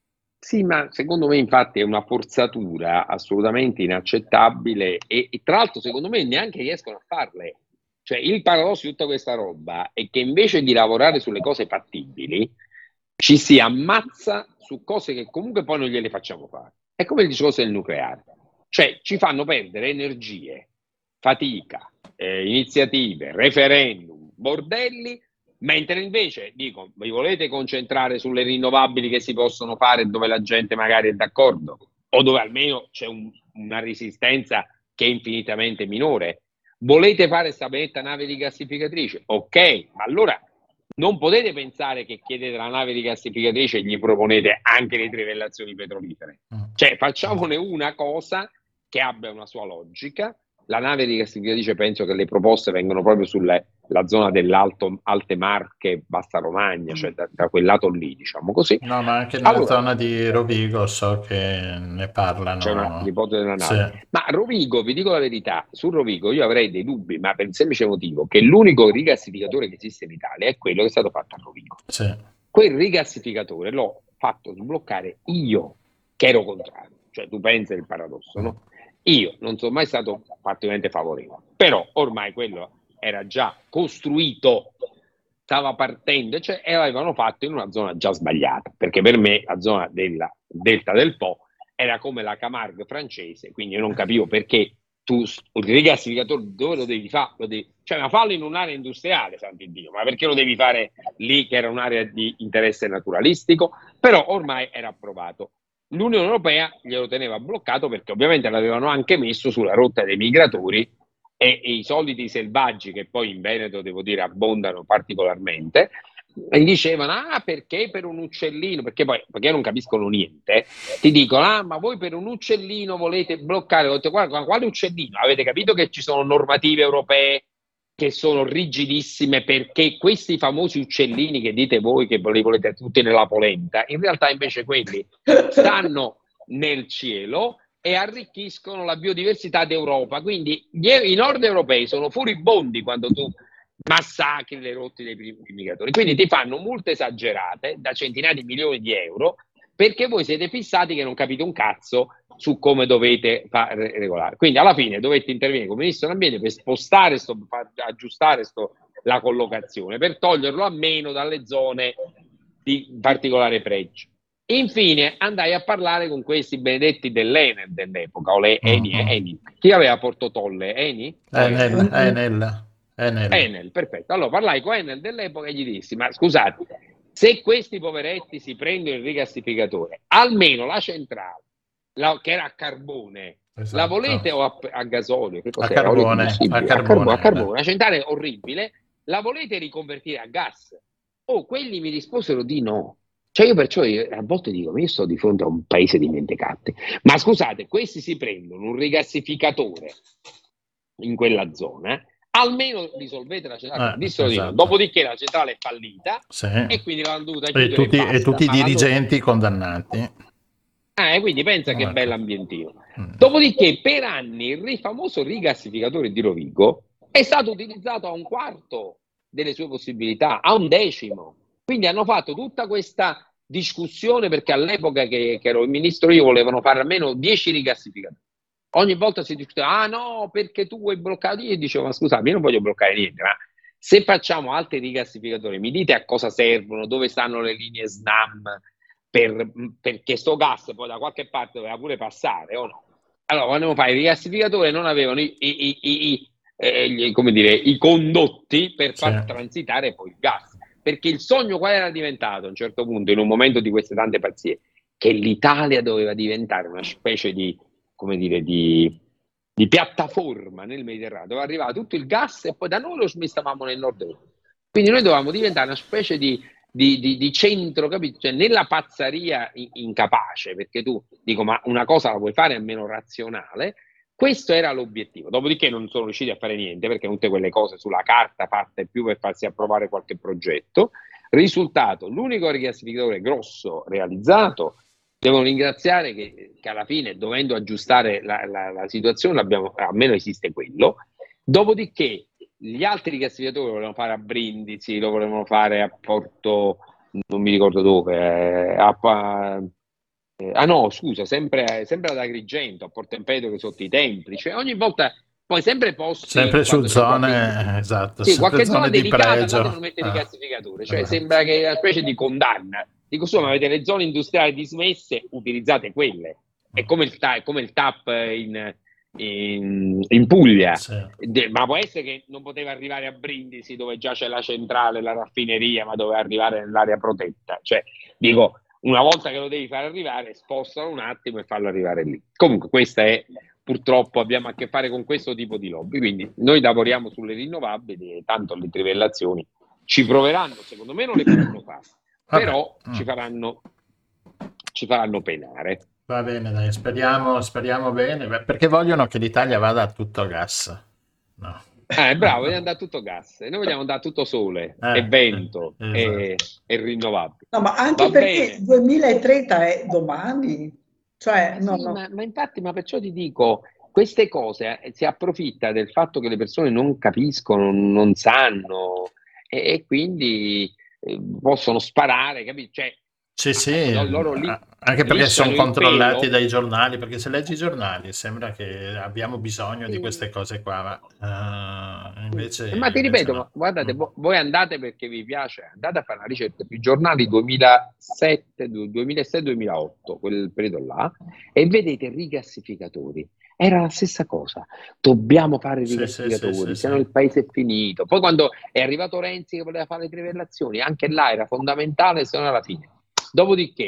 Sì, ma secondo me infatti è una forzatura assolutamente inaccettabile e, e tra l'altro secondo me neanche riescono a farle. Cioè il paradosso di tutta questa roba è che invece di lavorare sulle cose fattibili ci si ammazza su cose che comunque poi non gliele facciamo fare. È come il discorso del nucleare. Cioè ci fanno perdere energie, fatica, eh, iniziative, referendum, bordelli, mentre invece dico, vi volete concentrare sulle rinnovabili che si possono fare dove la gente magari è d'accordo o dove almeno c'è un, una resistenza che è infinitamente minore? Volete fare questa benedetta nave rigassificatrice? Ok, ma allora non potete pensare che chiedete la nave rigassificatrice e gli proponete anche le trivellazioni petrolifere. Cioè facciamone una cosa che abbia una sua logica. La nave rigassificatrice, penso che le proposte vengono proprio sulla zona dell'Alto Alte Marche, Bassa Romagna, cioè da, da quel lato lì, diciamo così. No, ma anche nella allora, zona di Rovigo so che ne parlano. C'è una, l'ipotesi della nave. Sì. Ma Rovigo, vi dico la verità, su Rovigo io avrei dei dubbi, ma per il semplice motivo che l'unico rigassificatore che esiste in Italia è quello che è stato fatto a Rovigo. Sì. Quel rigassificatore l'ho fatto sbloccare io, che ero contrario. Cioè tu pensi il paradosso, no? Io non sono mai stato particolarmente favorevole, però ormai quello era già costruito, stava partendo, cioè, e l'avevano fatto in una zona già sbagliata, perché per me la zona della Delta del Po era come la Camargue francese, quindi io non capivo perché tu il rigassificatore dove lo devi fare? Lo devi, cioè, ma fallo in un'area industriale, sant'Iddio, ma perché lo devi fare lì che era un'area di interesse naturalistico? Però ormai era approvato. L'Unione Europea glielo teneva bloccato perché ovviamente l'avevano anche messo sulla rotta dei migratori e, e i soliti selvaggi che poi in Veneto, devo dire, abbondano particolarmente, e dicevano, ah, perché per un uccellino, perché poi, perché non capiscono niente, ti dicono, ah, ma voi per un uccellino volete bloccare, ho detto, guarda, quale uccellino? Avete capito che ci sono normative europee che sono rigidissime, perché questi famosi uccellini che dite voi che li volete tutti nella polenta, in realtà invece quelli stanno nel cielo e arricchiscono la biodiversità d'Europa, quindi gli, i nord europei sono furibondi quando tu massacri le rotte dei primi migratori, quindi ti fanno multe esagerate da centinaia di milioni di euro perché voi siete fissati che non capite un cazzo su come dovete fare regolare. Quindi alla fine dovete intervenire come ministro dell'ambiente per spostare, sto, aggiustare sto, la collocazione, per toglierlo a meno dalle zone di particolare pregio. Infine andai a parlare con questi benedetti dell'Enel dell'epoca, o le Eni, uh-huh. Eni. Chi aveva Porto Tolle? Eni? Enel, Enel. Enel. Enel, perfetto. Allora parlai con Enel dell'epoca e gli dissi, ma scusate, se questi poveretti si prendono il rigassificatore, almeno la centrale, la, che era a carbone, esatto. La volete o a, a gasolio? Che a carbone, a carbone, a carbone, a carbone. Una centrale orribile, la volete riconvertire a gas? Oh, quelli mi risposero di no. Cioè io perciò io, a volte dico, io sto di fronte a un paese di mentecatti, ma scusate, questi si prendono un rigassificatore in quella zona, almeno risolvete la centrale, eh, esatto. Di no. Dopodiché la centrale è fallita, sì. E quindi l'hanno dovuta chiudere e tutti, e, e tutti i dirigenti condannati. Ah, e quindi pensa che bell'ambientino. Mm. Dopodiché per anni il famoso rigassificatore di Rovigo è stato utilizzato a un quarto delle sue possibilità, a un decimo. Quindi hanno fatto tutta questa discussione perché all'epoca che, che ero il ministro io volevano fare almeno dieci rigassificatori. Ogni volta si discuteva, ah no, perché tu vuoi bloccare? Io dicevo, ma scusate, io non voglio bloccare niente, ma se facciamo altri rigassificatori, mi dite a cosa servono, dove stanno le linee SNAM, per, perché sto gas poi da qualche parte doveva pure passare, o no? Allora, quando fai i rigassificatori non avevano i, i, i, i, eh, gli, come dire, i condotti per far sì. transitare poi il gas. Perché il sogno qual era diventato a un certo punto, in un momento di queste tante pazzie, che l'Italia doveva diventare una specie di, come dire, di, di piattaforma nel Mediterraneo, dove arrivava tutto il gas e poi da noi lo smistavamo nel nord Europa. Quindi noi dovevamo diventare una specie di, di, di, di centro, capito? Cioè nella pazzaria incapace, perché tu, dico, ma una cosa la puoi fare almeno razionale. Questo era l'obiettivo, dopodiché non sono riusciti a fare niente perché tutte quelle cose sulla carta fatte più per farsi approvare qualche progetto. Risultato, l'unico rigassificatore grosso realizzato, devo ringraziare che, che alla fine, dovendo aggiustare la, la, la situazione, abbiamo, almeno esiste quello. Dopodiché gli altri rigassificatori lo volevano fare a Brindisi, lo volevano fare a Porto, non mi ricordo dove, eh, a, a Ah no, scusa, sempre, sempre ad Agrigento, a Porto Empedocle sotto i templi, cioè ogni volta, poi sempre posti... Sempre su zone, esatto, sì, qualche zona delicata, pregio. Non mette il rigassificatore, cioè ah. sembra che è una specie di condanna. Dico, insomma, avete le zone industriali dismesse, utilizzate quelle. È come il, ta- è come il T A P in, in, in Puglia, sì. De- ma può essere che non poteva arrivare a Brindisi, dove già c'è la centrale, la raffineria, ma doveva arrivare nell'area protetta. Cioè, dico... Una volta che lo devi far arrivare, spostalo un attimo e fallo arrivare lì. Comunque questa è, purtroppo abbiamo a che fare con questo tipo di lobby, quindi noi lavoriamo sulle rinnovabili e tanto le trivellazioni ci proveranno, secondo me non le faranno fare, però mm. ci faranno ci faranno penare. Va bene, dai, speriamo, speriamo bene, perché vogliono che l'Italia vada a tutto gas. No. Eh, bravo, vogliamo andare a tutto gas, e noi vogliamo andare a tutto sole eh, e vento eh, esatto. e, e rinnovabili. No, ma anche Va perché bene. duemilatrenta è domani. Cioè, eh, no, sì, no. Ma, ma infatti, ma perciò ti dico, queste cose eh, si approfitta del fatto che le persone non capiscono, non sanno e, e quindi eh, possono sparare, capisci? Cioè, Sì, sì, loro lì anche perché sono controllati dai giornali, perché se leggi i giornali sembra che abbiamo bisogno sì. di queste cose qua, ma uh, invece... Ma ti ripeto, no. ma guardate, mm. voi andate perché vi piace, andate a fare una ricerca sui giornali duemilasette, duemilasei duemilaotto, quel periodo là, e vedete rigassificatori. Era la stessa cosa, dobbiamo fare i rigassificatori, sì, sì, sì, se no sì. il paese è finito. Poi quando è arrivato Renzi che voleva fare le trivellazioni, anche là era fondamentale, se no alla fine. Dopodiché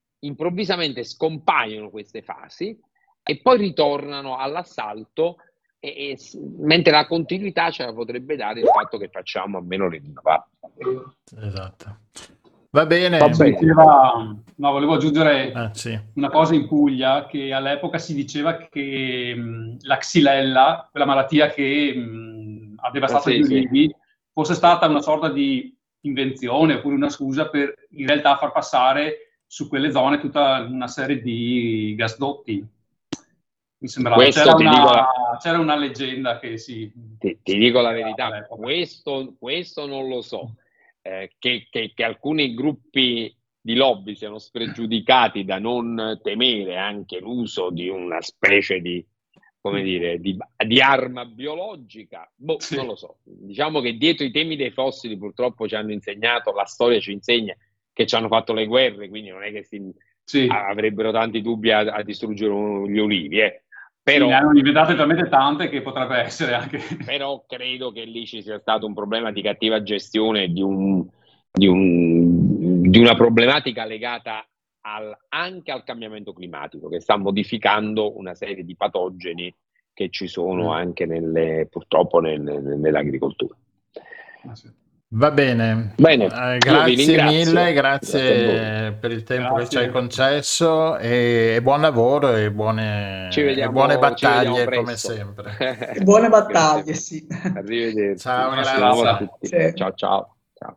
improvvisamente scompaiono queste fasi e poi ritornano all'assalto e, e, mentre la continuità ce la potrebbe dare il fatto che facciamo almeno le rinnovate. Esatto. Va bene. Va bene. Diceva, no, volevo aggiungere ah, sì. una cosa in Puglia, che all'epoca si diceva che mh, la xylella, quella malattia che mh, ha devastato ah, sì, gli ulivi, sì. fosse stata una sorta di invenzione oppure una scusa per in realtà far passare su quelle zone tutta una serie di gasdotti. Mi sembrava c'era una, la... c'era una leggenda che si... Ti, ti dico la verità, questo, questo non lo so. Eh, che, che, che alcuni gruppi di lobby siano spregiudicati da non temere anche l'uso di una specie di, come dire, di, di arma biologica, boh, sì. Non lo so. Diciamo che dietro i temi dei fossili purtroppo ci hanno insegnato, la storia ci insegna che ci hanno fatto le guerre, quindi non è che si, sì. avrebbero tanti dubbi a, a distruggere gli olivi, eh. Però, sì, ne hanno inventate talmente tante che potrebbe essere anche... Però credo che lì ci sia stato un problema di cattiva gestione di, un, di, un, di una problematica legata al, anche al cambiamento climatico, che sta modificando una serie di patogeni che ci sono anche nelle, purtroppo nel, nell'agricoltura. Ah, sì. Va bene, bene eh, grazie mille, grazie, grazie per il tempo grazie. che ci hai concesso e, e buon lavoro e buone, ci vediamo, e buone battaglie ci come sempre. E buone battaglie, sì. Arrivederci. Ciao, grazie. A tutti. Sì. Ciao, ciao. ciao.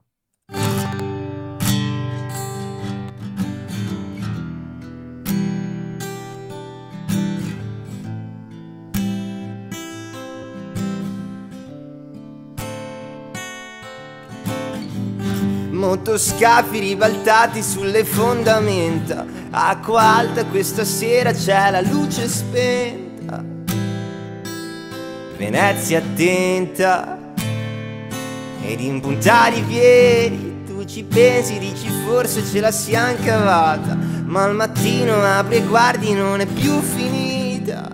Motoscafi ribaltati sulle fondamenta, acqua alta questa sera c'è la luce spenta. Venezia attenta ed impuntare i piedi, tu ci pensi, dici forse ce la siamo cavata, ma al mattino apri e guardi non è più finita,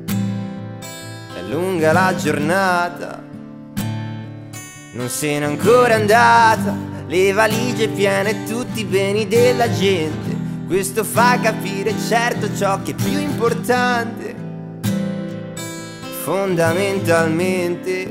è lunga la giornata, non se n'è ancora andata. Le valigie piene, tutti i beni della gente. Questo fa capire certo ciò che è più importante. Fondamentalmente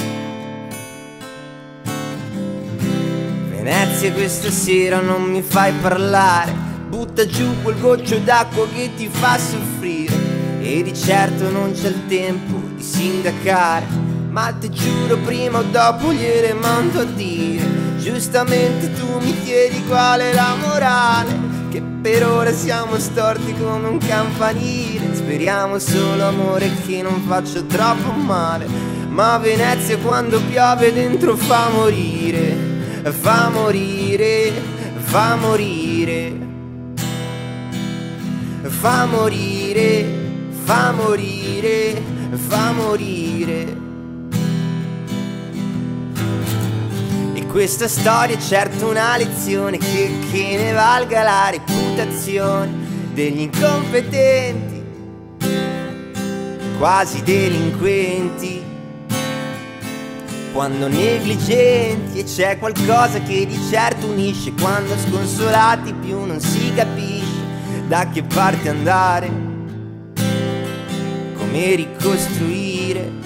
Venezia questa sera non mi fai parlare. Butta giù quel goccio d'acqua che ti fa soffrire. E di certo non c'è il tempo di sindacare, ma ti giuro prima o dopo gliele mando a dire. Giustamente tu mi chiedi qual è la morale, che per ora siamo storti come un campanile. Speriamo solo amore che non faccia troppo male, ma Venezia quando piove dentro fa morire, fa morire, fa morire, fa morire, fa morire, fa morire. Questa storia è certo una lezione che, che ne valga la reputazione degli incompetenti, quasi delinquenti, quando negligenti, e c'è qualcosa che di certo unisce quando sconsolati più non si capisce da che parte andare, come ricostruire.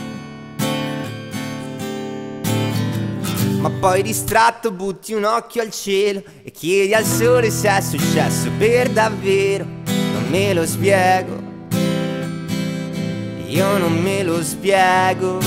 Ma poi distratto butti un occhio al cielo e chiedi al sole se è successo per davvero. Non me lo spiego, io non me lo spiego.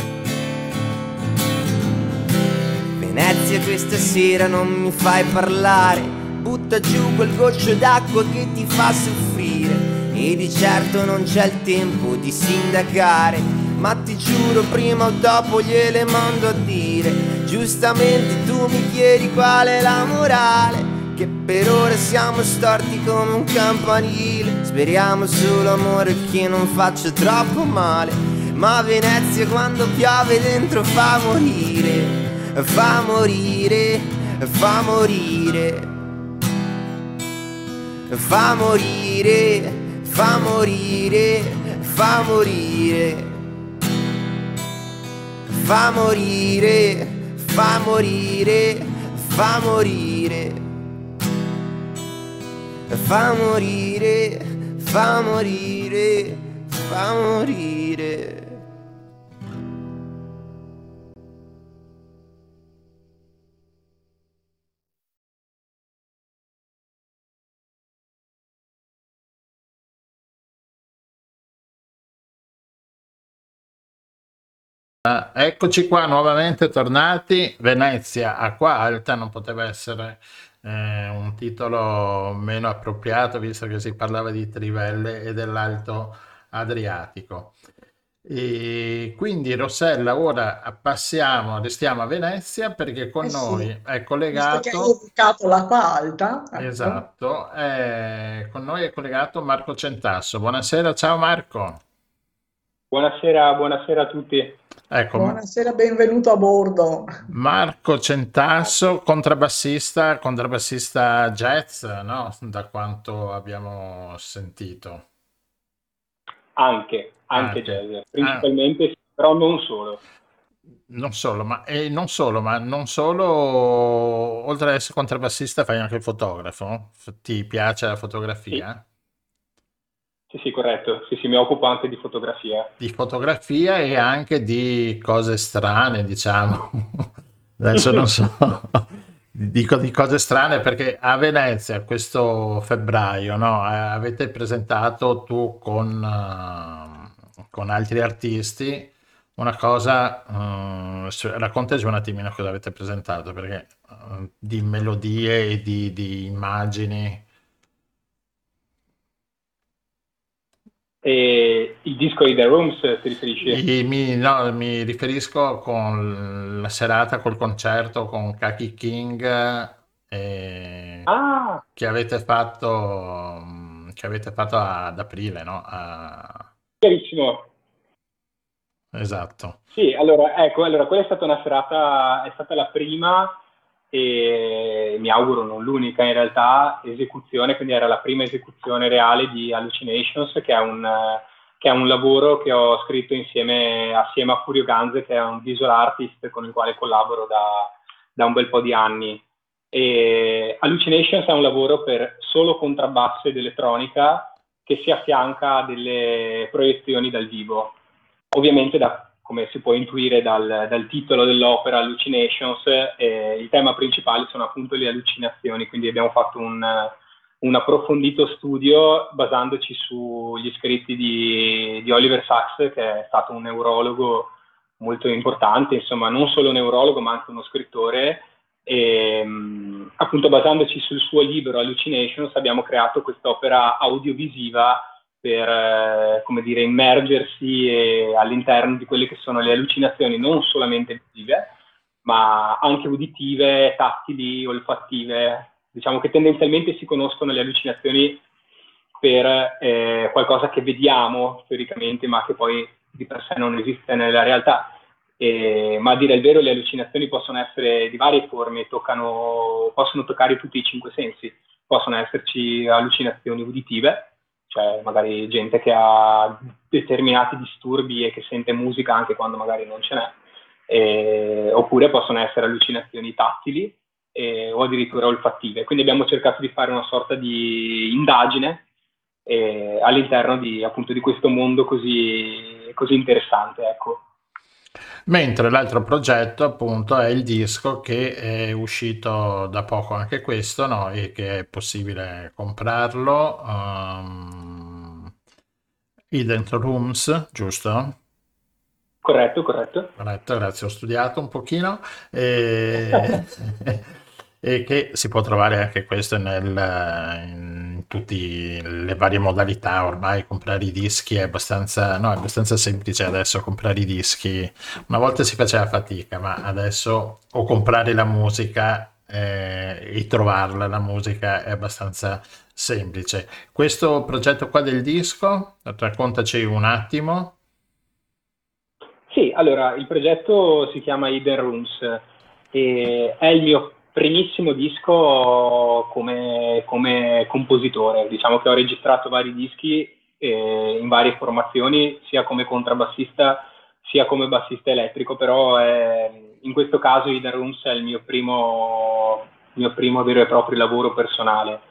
Venezia questa sera non mi fai parlare, butta giù quel goccio d'acqua che ti fa soffrire. E di certo non c'è il tempo di sindacare, ma ti giuro prima o dopo gliele mando a dire. Giustamente tu mi chiedi qual è la morale, che per ora siamo storti come un campanile. Speriamo solo amore che non faccia troppo male, ma Venezia quando piove dentro fa morire, fa morire, fa morire, fa morire, fa morire, fa morire, fa morire, fa morire, fa morire, fa morire, fa morire, fa morire. Ah, eccoci qua nuovamente tornati. Venezia, acqua alta, non poteva essere eh, un titolo meno appropriato, visto che si parlava di trivelle e dell'Alto Adriatico. E quindi Rossella, ora passiamo, restiamo a Venezia perché con Eh sì, noi è visto che hai collegato, evocato l'acqua alta, ecco. esatto, è- con noi è collegato Marco Centasso. Buonasera, ciao Marco. Buonasera, buonasera a tutti. Ecco, Buonasera, benvenuto a bordo. Marco Centasso, contrabbassista, contrabbassista jazz, no? Da quanto abbiamo sentito. Anche, anche Anche. jazz, Ah, principalmente, sì, però non solo. non solo, ma e non solo, ma non solo, oltre ad essere contrabbassista fai anche il fotografo? F- Ti piace la Sì, fotografia? sì, sì, corretto. Sì, sì, mi occupo anche di fotografia. Di fotografia e anche di cose strane, diciamo. Adesso non so, dico di cose strane perché a Venezia questo febbraio, no, eh, avete presentato tu con, eh, con altri artisti una cosa, eh, s- raccontaci un attimino cosa avete presentato, perché eh, di melodie e di, di immagini. E il disco di The Rooms, ti riferisci? I- mi, no, mi riferisco con la serata, col concerto con Kaki King eh, Ah, che avete fatto, mm, che avete fatto ad aprile, no? A- chiarissimo. esatto. Sì, allora, ecco, allora, quella è stata una serata, è stata la prima e mi auguro non l'unica in realtà esecuzione, quindi era la prima esecuzione reale di Hallucinations, che è un, eh, che è un lavoro che ho scritto insieme, assieme a Furio Ganze, che è un visual artist con il quale collaboro da, da un bel po' di anni. E Hallucinations è un lavoro per solo contrabbasso ed elettronica che si affianca a delle proiezioni dal vivo. Ovviamente, da, come si può intuire dal, dal titolo dell'opera Hallucinations, eh, il tema principale sono appunto le allucinazioni, quindi abbiamo fatto un, un approfondito studio basandoci sugli scritti di, di Oliver Sacks, che è stato un neurologo molto importante, insomma non solo un neurologo ma anche uno scrittore, e mh, appunto basandoci sul suo libro Hallucinations abbiamo creato quest'opera audiovisiva per, eh, come dire, immergersi eh, all'interno di quelle che sono le allucinazioni non solamente visive, ma anche uditive, tattili, olfattive. Diciamo che tendenzialmente si conoscono le allucinazioni per eh, qualcosa che vediamo teoricamente, ma che poi di per sé non esiste nella realtà. Eh, ma a dire il vero, le allucinazioni possono essere di varie forme, toccano, possono toccare tutti i cinque sensi. Possono esserci allucinazioni uditive, cioè magari gente che ha determinati disturbi e che sente musica anche quando magari non ce n'è, eh, oppure possono essere allucinazioni tattili eh, o addirittura olfattive. Quindi abbiamo cercato di fare una sorta di indagine eh, all'interno di, appunto, di questo mondo così, così interessante, ecco. Mentre l'altro progetto appunto è il disco che è uscito da poco anche questo, no? E che è possibile comprarlo. Um, Hidden Rooms, giusto? Corretto, corretto. Corretto, grazie, ho studiato un pochino e, e che si può trovare anche questo nel, in tutte le varie modalità. Ormai comprare i dischi è abbastanza, no, è abbastanza semplice adesso comprare i dischi. Una volta si faceva fatica, ma adesso o comprare la musica eh, e trovarla, la musica è abbastanza semplice. Questo progetto qua del disco, raccontaci un attimo. Sì, allora il progetto si chiama Hidden Rooms e è il mio primissimo disco come, come compositore. Diciamo che ho registrato vari dischi eh, in varie formazioni, sia come contrabbassista sia come bassista elettrico, però è- in questo caso Hidden Rooms è il mio primo, mio primo vero e proprio lavoro personale.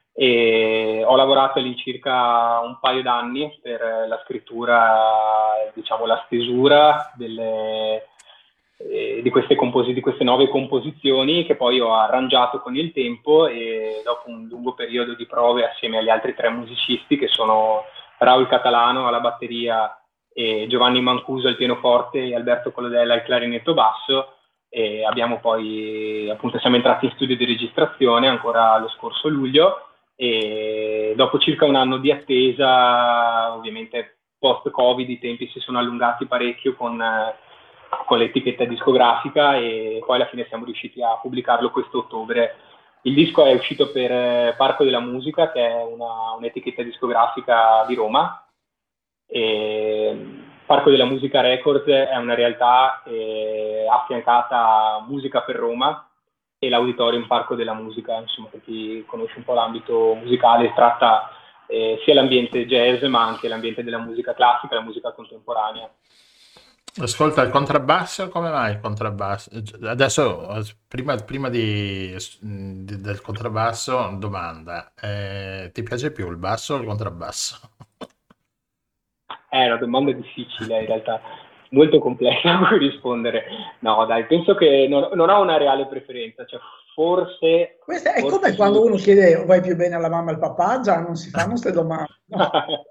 E ho lavorato all'incirca un paio d'anni per la scrittura, diciamo la stesura delle, eh, di, queste composi- di queste nuove composizioni che poi ho arrangiato con il tempo e dopo un lungo periodo di prove assieme agli altri tre musicisti che sono Raul Catalano alla batteria e Giovanni Mancuso al pianoforte e Alberto Colodella al clarinetto basso. E abbiamo poi, appunto, siamo entrati in studio di registrazione ancora lo scorso luglio, e dopo circa un anno di attesa, ovviamente post-Covid, i tempi si sono allungati parecchio con, eh, con l'etichetta discografica, e poi alla fine siamo riusciti a pubblicarlo questo ottobre. Il disco è uscito per eh, Parco della Musica, che è una, un'etichetta discografica di Roma. E Parco della Musica Records è una realtà eh, affiancata a Musica per Roma e l'Auditorium Parco della Musica, insomma, per chi conosce un po' l'ambito musicale, tratta eh, sia l'ambiente jazz ma anche l'ambiente della musica classica e la musica contemporanea. Ascolta, il contrabbasso, come mai il contrabbasso? Adesso, prima, prima di, di- del contrabbasso, domanda, eh, ti piace più il basso o il contrabbasso? È una domanda difficile in realtà, molto complessa a cui rispondere. No, dai, penso che non, non ho una reale preferenza, cioè forse... Questa è forse come sì. quando uno chiede vai più bene alla mamma e al papà, già non si fanno queste domande. No.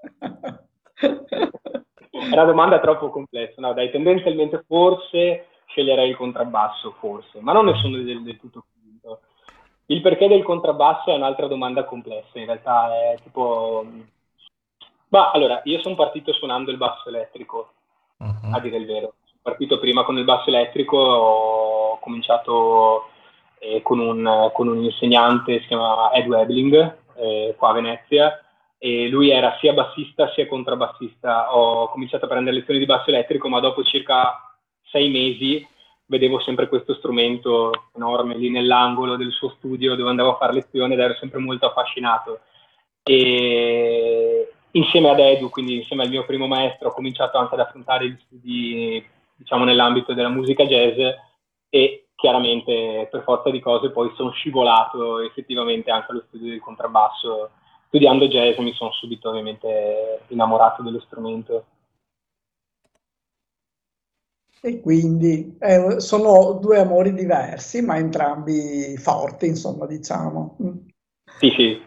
È una domanda troppo complessa. No, dai, tendenzialmente forse sceglierei il contrabbasso, forse, ma non ne sono del, del tutto convinto. Il perché del contrabbasso è un'altra domanda complessa, in realtà è tipo... Ma allora, io sono partito suonando il basso elettrico, a dire il vero. Sono partito prima con il basso elettrico, ho cominciato eh, con, un, con un insegnante, si chiama Ed Webling, eh, qua a Venezia, e lui era sia bassista sia contrabbassista. Ho cominciato a prendere lezioni di basso elettrico, ma dopo circa sei mesi vedevo sempre questo strumento enorme lì nell'angolo del suo studio dove andavo a fare lezione ed ero sempre molto affascinato. E insieme ad Edu, quindi insieme al mio primo maestro, ho cominciato anche ad affrontare gli studi, diciamo, nell'ambito della musica jazz, e chiaramente per forza di cose poi sono scivolato effettivamente anche allo studio del contrabbasso. Studiando jazz mi sono subito ovviamente innamorato dello strumento. E quindi eh, sono due amori diversi, ma entrambi forti, insomma, diciamo. Mm. Sì, sì.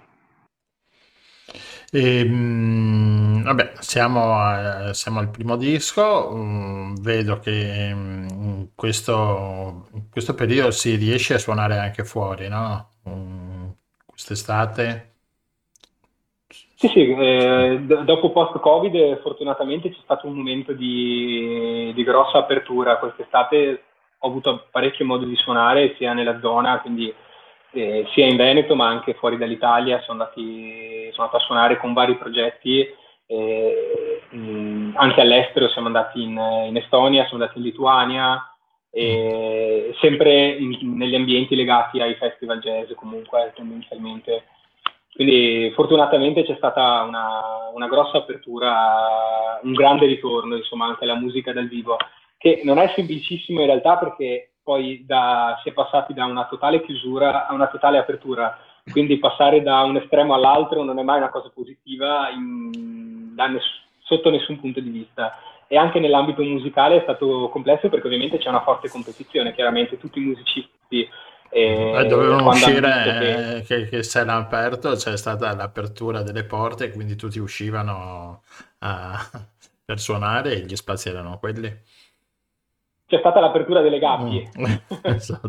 E, mh, vabbè, siamo, a- siamo al primo disco. mm, vedo che mm, in questo, in questo periodo si riesce a suonare anche fuori, no? Mm, quest'estate. Sì, sì, eh, d- dopo post-Covid fortunatamente c'è stato un momento di, di grossa apertura. Quest'estate ho avuto parecchio modo di suonare sia nella zona, quindi eh, sia in Veneto ma anche fuori dall'Italia. Sono andati, sono andato a suonare con vari progetti, eh, mh, anche all'estero. Siamo andati in, in Estonia, siamo andati in Lituania, e sempre in- negli ambienti legati ai festival jazz comunque tendenzialmente. Quindi fortunatamente c'è stata una, una grossa apertura, un grande ritorno, insomma, anche alla musica dal vivo, che non è semplicissimo in realtà, perché poi da- si è passati da una totale chiusura a una totale apertura. Quindi passare da un estremo all'altro non è mai una cosa positiva in- da ness- sotto nessun punto di vista. E anche nell'ambito musicale è stato complesso, perché ovviamente c'è una forte competizione. Chiaramente tutti i musicisti, Eh, eh, dovevano quando hanno visto che... uscire, eh, che, che se l'ha aperto, c'è stata l'apertura delle porte, quindi tutti uscivano a- per suonare e gli spazi erano quelli. C'è stata l'apertura delle gabbie. Mm, esatto.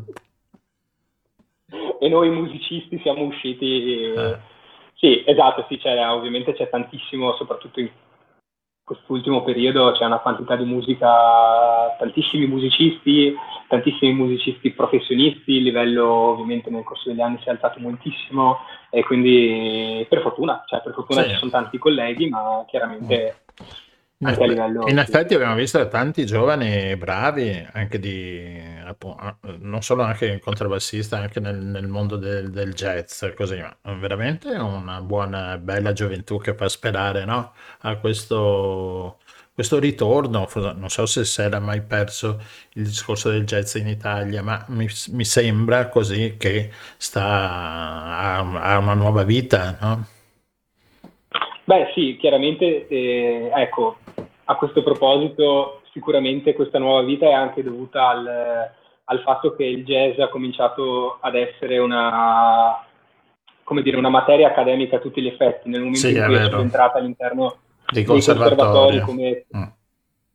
E noi musicisti siamo usciti. Eh. Sì, esatto, sì, c'è, ovviamente c'è tantissimo, soprattutto in quest'ultimo periodo c'è una quantità di musica, tantissimi musicisti, tantissimi musicisti professionisti. Il livello ovviamente nel corso degli anni si è alzato moltissimo, e quindi per fortuna, cioè per fortuna Sì. ci sono tanti colleghi, ma chiaramente In, anche a effe- livello... in sì. effetti abbiamo visto tanti giovani bravi, anche di, appunto, non solo anche il contrabbassista, anche nel, nel mondo del, del jazz, così, ma veramente una buona, bella gioventù che fa sperare, no? A questo, questo ritorno. Forse- Non so se si era mai perso il discorso del jazz in Italia, ma mi, mi sembra così che sta a, a una nuova vita, no? Beh sì, chiaramente, eh, ecco, a questo proposito sicuramente questa nuova vita è anche dovuta al, al fatto che il jazz ha cominciato ad essere una, come dire, una materia accademica a tutti gli effetti, nel momento Sì, in è cui è vero, subentrata all'interno dei dei conservatori conservatori. come... Mm.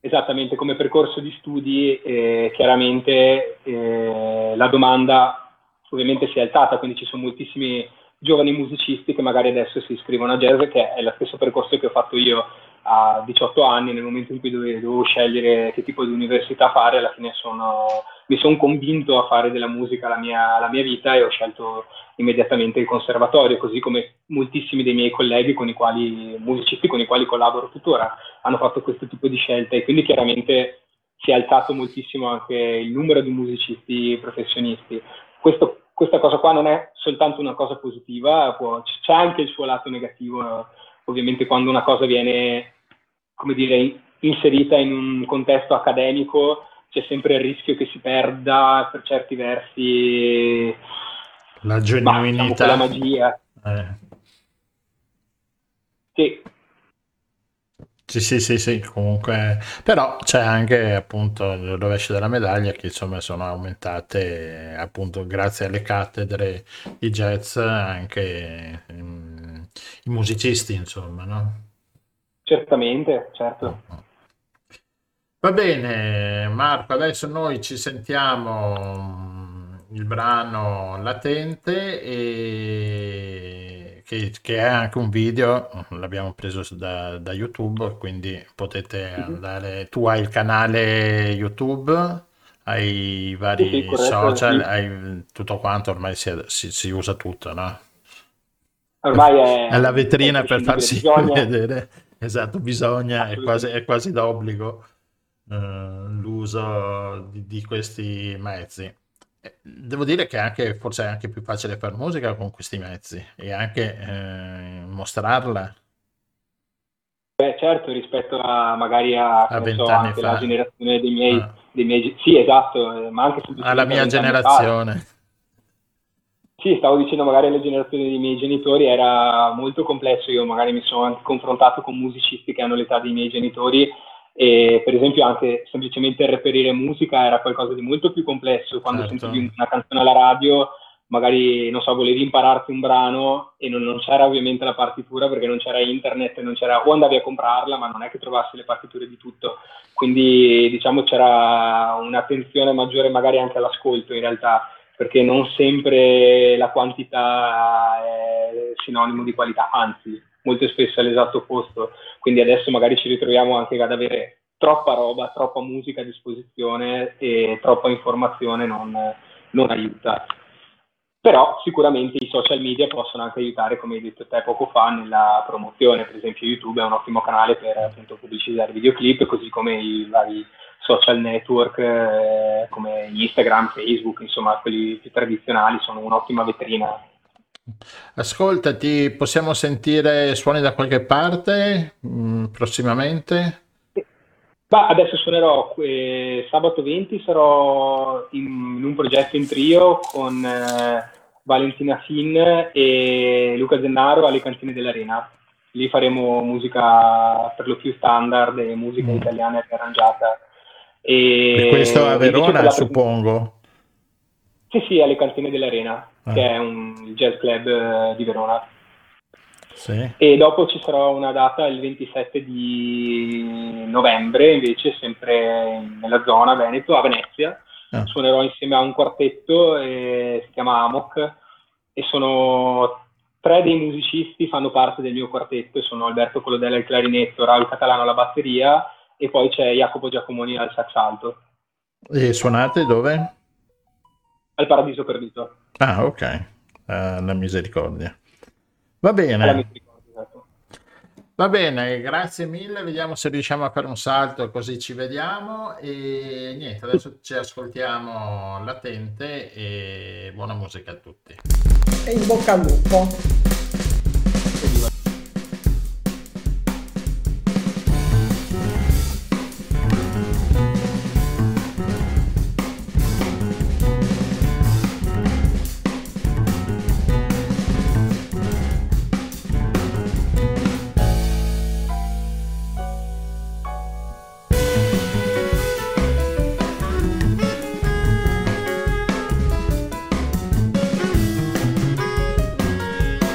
esattamente come percorso di studi, eh, chiaramente eh, la domanda ovviamente si è alzata, quindi ci sono moltissimi giovani musicisti che magari adesso si iscrivono a jazz, che è lo stesso percorso che ho fatto io a diciotto anni, nel momento in cui dovevo, dovevo scegliere che tipo di università fare. Alla fine sono, mi sono convinto a fare della musica la mia, la mia vita, e ho scelto immediatamente il conservatorio, così come moltissimi dei miei colleghi con i quali, musicisti con i quali collaboro tuttora, hanno fatto questo tipo di scelte, e quindi chiaramente si è alzato moltissimo anche il numero di musicisti professionisti. Questo, questa cosa qua non è soltanto una cosa positiva, può, c'è anche il suo lato negativo, ovviamente quando una cosa viene, come dire, inserita in un contesto accademico c'è sempre il rischio che si perda per certi versi la genuinità, la magia. Eh. Sì. Sì, sì, sì, sì, comunque, però c'è anche appunto il rovescio della medaglia, che insomma sono aumentate appunto grazie alle cattedre di jazz anche um, i musicisti, insomma, no? Certamente, certo. Va bene, Marco, adesso noi ci sentiamo il brano Latente, e che, che è anche un video, l'abbiamo preso da, da YouTube, quindi potete andare, tu hai il canale YouTube, hai i vari Sì, sì, corretto, social, sì. hai tutto quanto, ormai si, si, si usa tutto, no? Ormai è, È la vetrina è per farsi bisogna, vedere, esatto, bisogna, è quasi, è quasi d'obbligo eh, l'uso di, di questi mezzi. Eh, Devo dire che anche, forse è anche più facile fare musica con questi mezzi e anche eh, mostrarla beh, certo, rispetto a magari a, a che ne so, vent'anni anche la fa, generazione dei miei, Ah, dei miei, sì, esatto, eh, ma anche alla semplicemente a mia vent'anni fa. generazione. Sì, stavo dicendo magari alle generazioni dei miei genitori era molto complesso. Io magari mi sono anche confrontato con musicisti che hanno l'età dei miei genitori, e per esempio anche semplicemente reperire musica era qualcosa di molto più complesso. Quando Certo, sentivi una canzone alla radio, magari, non so, volevi impararti un brano e non, non c'era ovviamente la partitura perché non c'era internet, non c'era, o andavi a comprarla, ma non è che trovassi le partiture di tutto. Quindi diciamo c'era un'attenzione maggiore magari anche all'ascolto in realtà, perché non sempre la quantità è sinonimo di qualità, anzi, molto spesso è l'esatto opposto. Quindi adesso magari ci ritroviamo anche ad avere troppa roba, troppa musica a disposizione, e troppa informazione non, non aiuta. Però sicuramente i social media possono anche aiutare, come hai detto te poco fa, nella promozione. Per esempio YouTube è un ottimo canale per appunto pubblicizzare videoclip, così come i vari social network eh, come Instagram, Facebook, insomma quelli più tradizionali sono un'ottima vetrina. ascolta, ti possiamo sentire suoni da qualche parte mm, prossimamente? Ma adesso suonerò eh, sabato venti, sarò in, in un progetto in trio con eh, Valentina Fin e Luca Zennaro alle Cantine dell'Arena. Lì faremo musica per lo più standard e musica Mm. italiana e arrangiata. E questo a E invece per Verona, la suppongo. Sì, sì, alle Cantine dell'Arena, Ah, che è un jazz club eh, di Verona. sì. E dopo ci sarà una data il ventisette di novembre, invece sempre nella zona Veneto, a Venezia. Ah, Suonerò insieme a un quartetto, eh, si chiama Amok, e sono tre dei musicisti, fanno parte del mio quartetto, e sono Alberto Colodella al clarinetto, Raul Catalano alla batteria, e poi c'è Jacopo Giacomoni al sax alto, E suonate dove? al Paradiso Perduto, Ah, ok. Eh, la misericordia. Va alla bene, misericordia. Esatto. va bene, grazie mille. Vediamo se riusciamo a fare un salto, così ci vediamo. E niente, adesso ci ascoltiamo Latente e buona musica a tutti. E in bocca al lupo. Latente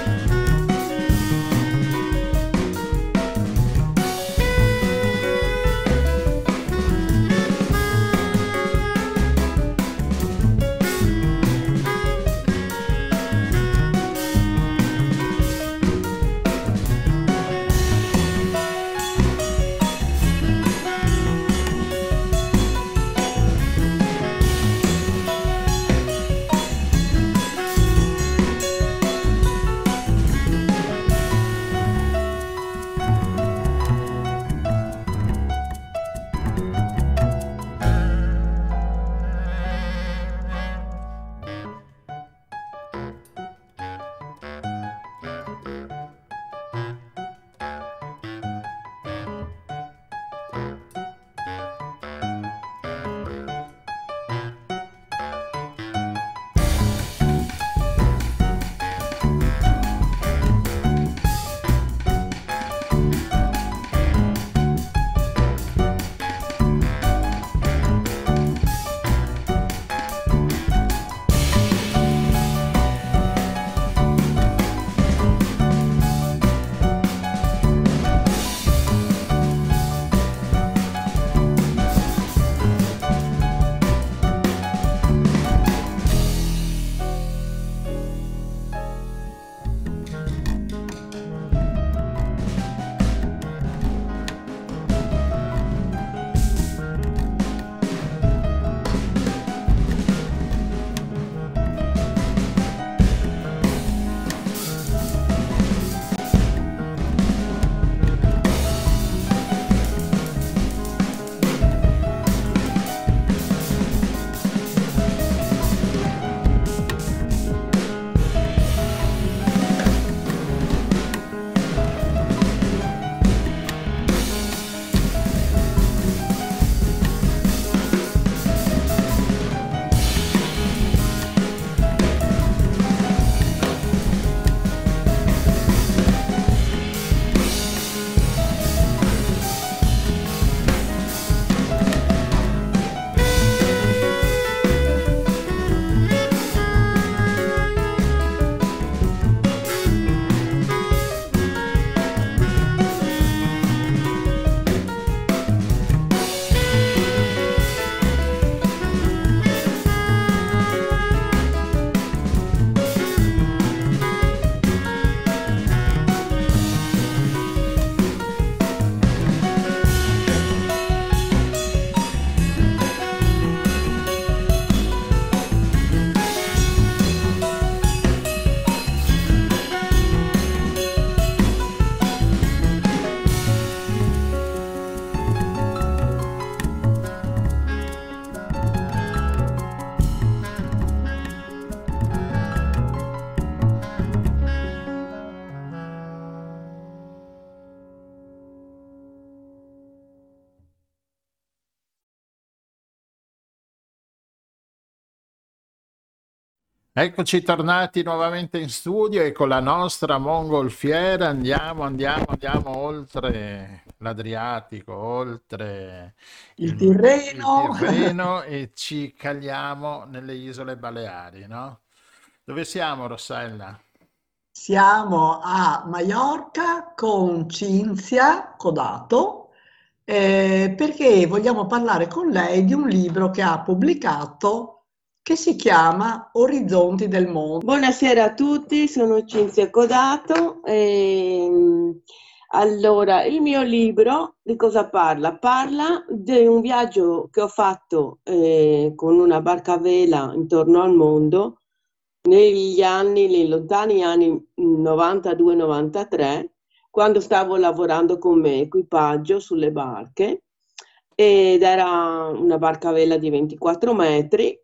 Eccoci tornati nuovamente in studio e con la nostra mongolfiera andiamo, andiamo, andiamo oltre l'Adriatico, oltre Il il, il Tirreno. Tirreno e ci caliamo nelle isole Baleari, no? Dove siamo, Rossella? Siamo a Maiorca con Cinzia Codato, eh, perché vogliamo parlare con lei di un libro che ha pubblicato che si chiama Orizzonti del mondo. Buonasera a tutti, sono Cinzia Codato. E, allora, il mio libro di cosa parla? Parla di un viaggio che ho fatto eh, con una barca a vela intorno al mondo negli anni, nei lontani anni novantadue novantatré, quando stavo lavorando come equipaggio sulle barche, ed era una barca a vela di ventiquattro metri.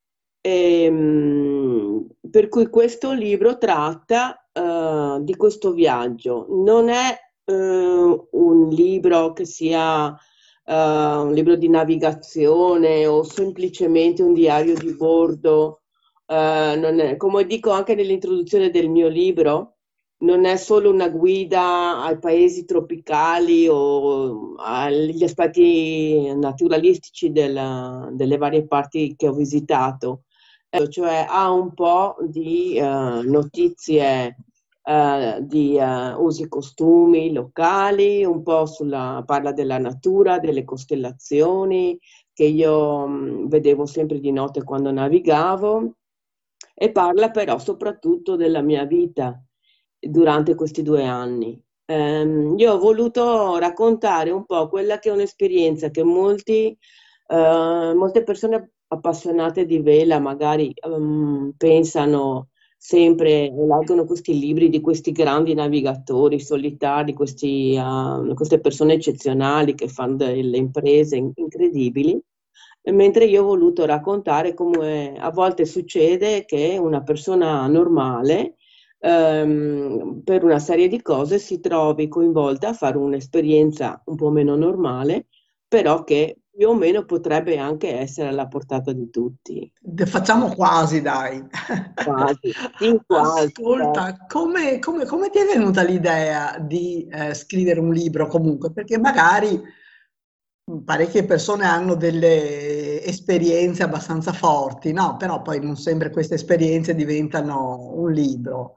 E, per cui questo libro tratta uh, di questo viaggio. Non è uh, un libro che sia uh, un libro di navigazione o semplicemente un diario di bordo. Uh, non è, come dico anche nell'introduzione del mio libro, non è solo una guida ai paesi tropicali o agli aspetti naturalistici della, delle varie parti che ho visitato, cioè ha un po' di uh, notizie uh, di uh, usi e costumi locali, un po' sulla, parla della natura, delle costellazioni che io um, vedevo sempre di notte quando navigavo, e parla però soprattutto della mia vita durante questi due anni. Um, io ho voluto raccontare un po' quella che è un'esperienza che molti, uh, molte persone appassionate di vela magari um, pensano sempre, leggono questi libri di questi grandi navigatori solitari, questi, uh, queste persone eccezionali che fanno delle imprese in- incredibili, mentre io ho voluto raccontare come a volte succede che una persona normale, ehm, per una serie di cose, si trovi coinvolta a fare un'esperienza un po' meno normale, però che più o meno potrebbe anche essere alla portata di tutti. Facciamo quasi, dai. Quasi, sì, quasi. Ascolta, come, come- come ti è venuta l'idea di eh, scrivere un libro comunque? Perché magari mh, parecchie persone hanno delle esperienze abbastanza forti, no? Però poi non sempre queste esperienze diventano un libro.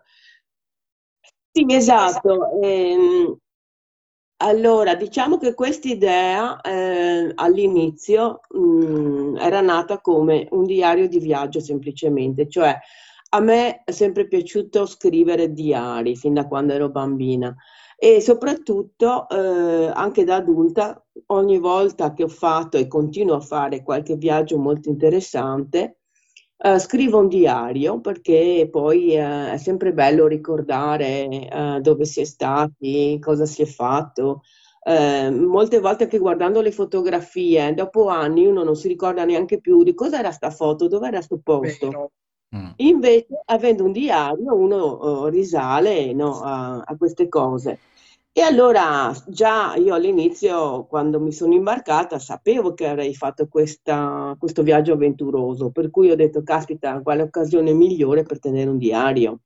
Sì, esatto. Ehm, allora, diciamo che quest'idea eh, all'inizio mh, era nata come un diario di viaggio semplicemente, cioè a me è sempre piaciuto scrivere diari fin da quando ero bambina, e soprattutto eh, anche da adulta, ogni volta che ho fatto e continuo a fare qualche viaggio molto interessante, eh, scrivo un diario, perché poi eh, è sempre bello ricordare eh, dove si è stati, cosa si è fatto. Eh, molte volte anche guardando le fotografie, dopo anni uno non si ricorda neanche più di cosa era sta foto, dove era sto posto. Vero. Mm. Invece, avendo un diario, uno eh, risale, no, a, a queste cose. E allora già io all'inizio, quando mi sono imbarcata, sapevo che avrei fatto questa- questo viaggio avventuroso, per cui ho detto, caspita, quale occasione migliore per tenere un diario.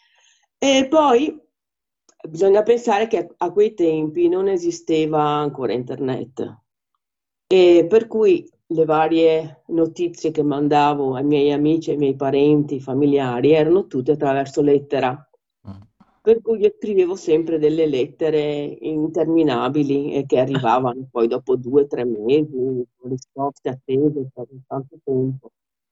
E poi bisogna pensare che a quei tempi non esisteva ancora internet, e per cui le varie notizie che mandavo ai miei amici, ai miei parenti, familiari, erano tutte attraverso lettera. Mm. Per cui io scrivevo sempre delle lettere interminabili e che arrivavano poi dopo due o tre mesi, con risposte attese per tanto tempo.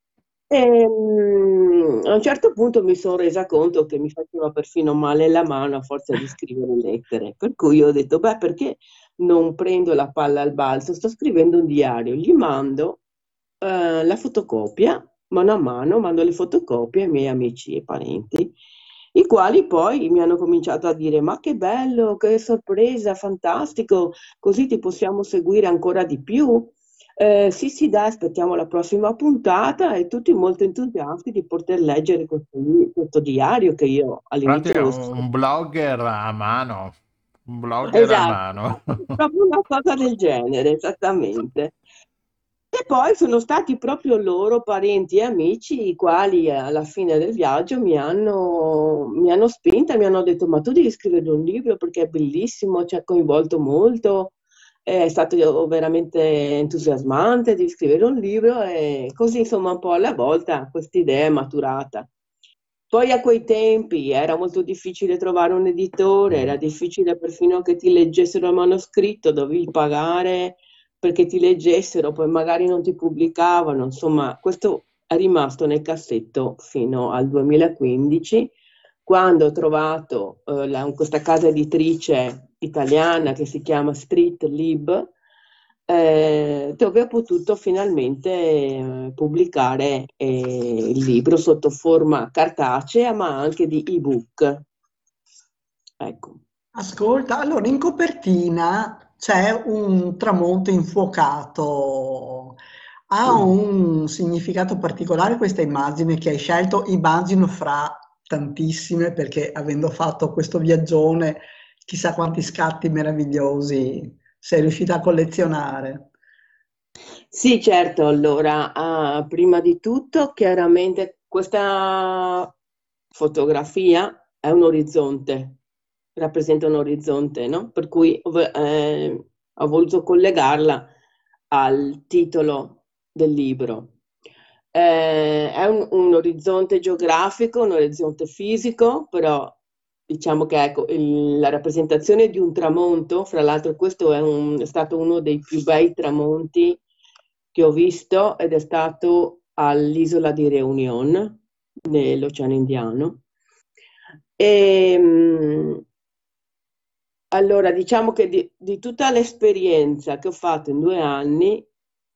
E, mm, a un certo punto mi sono resa conto che mi faceva perfino male la mano a forza di scrivere lettere, per cui ho detto, beh, perché non prendo la palla al balzo? Sto scrivendo un diario, gli mando eh, la fotocopia, mano a mano, mando le fotocopie ai miei amici e parenti, i quali poi mi hanno cominciato a dire, ma che bello, che sorpresa, fantastico, così ti possiamo seguire ancora di più. Eh, sì, sì, dai, aspettiamo la prossima puntata, e tutti molto entusiasti di poter leggere questo, li- questo diario che io all'inizio Praticamente avevo un scritto. un blogger a mano, un blogger a Esatto, mano. proprio una cosa del genere, esattamente. E poi sono stati proprio loro, parenti e amici, i quali eh, alla fine del viaggio mi hanno, mi hanno spinta, mi hanno detto: ma tu devi scrivere un libro perché è bellissimo, ci ha coinvolto molto, è stato veramente entusiasmante, devi scrivere un libro, e così insomma un po' alla volta questa idea è maturata. Poi a quei tempi era molto difficile trovare un editore, era difficile perfino che ti leggessero il manoscritto, dovevi pagare perché ti leggessero, poi magari non ti pubblicavano, insomma, questo è rimasto nel cassetto fino al duemilaquindici, quando ho trovato eh, la- questa casa editrice italiana che si chiama Street Lib, eh, dove ho potuto finalmente eh, pubblicare eh, il libro sotto forma cartacea, ma anche di ebook. Ecco. Ascolta, allora in copertina c'è un tramonto infuocato. Ha un significato particolare questa immagine che hai scelto, immagino fra tantissime, perché avendo fatto questo viaggione, chissà quanti scatti meravigliosi sei riuscita a collezionare. Sì, certo, allora, ah, prima di tutto, chiaramente questa fotografia è un orizzonte, rappresenta un orizzonte, no? Per cui ov- eh, ho voluto collegarla al titolo del libro. Eh, è un, un orizzonte geografico, un orizzonte fisico, però diciamo che ecco, il- la rappresentazione di un tramonto, fra l'altro questo è, un- è stato uno dei più bei tramonti che ho visto, ed è stato all'isola di Réunion, nell'Oceano Indiano. E, mh, allora, diciamo che di, di tutta l'esperienza che ho fatto in due anni,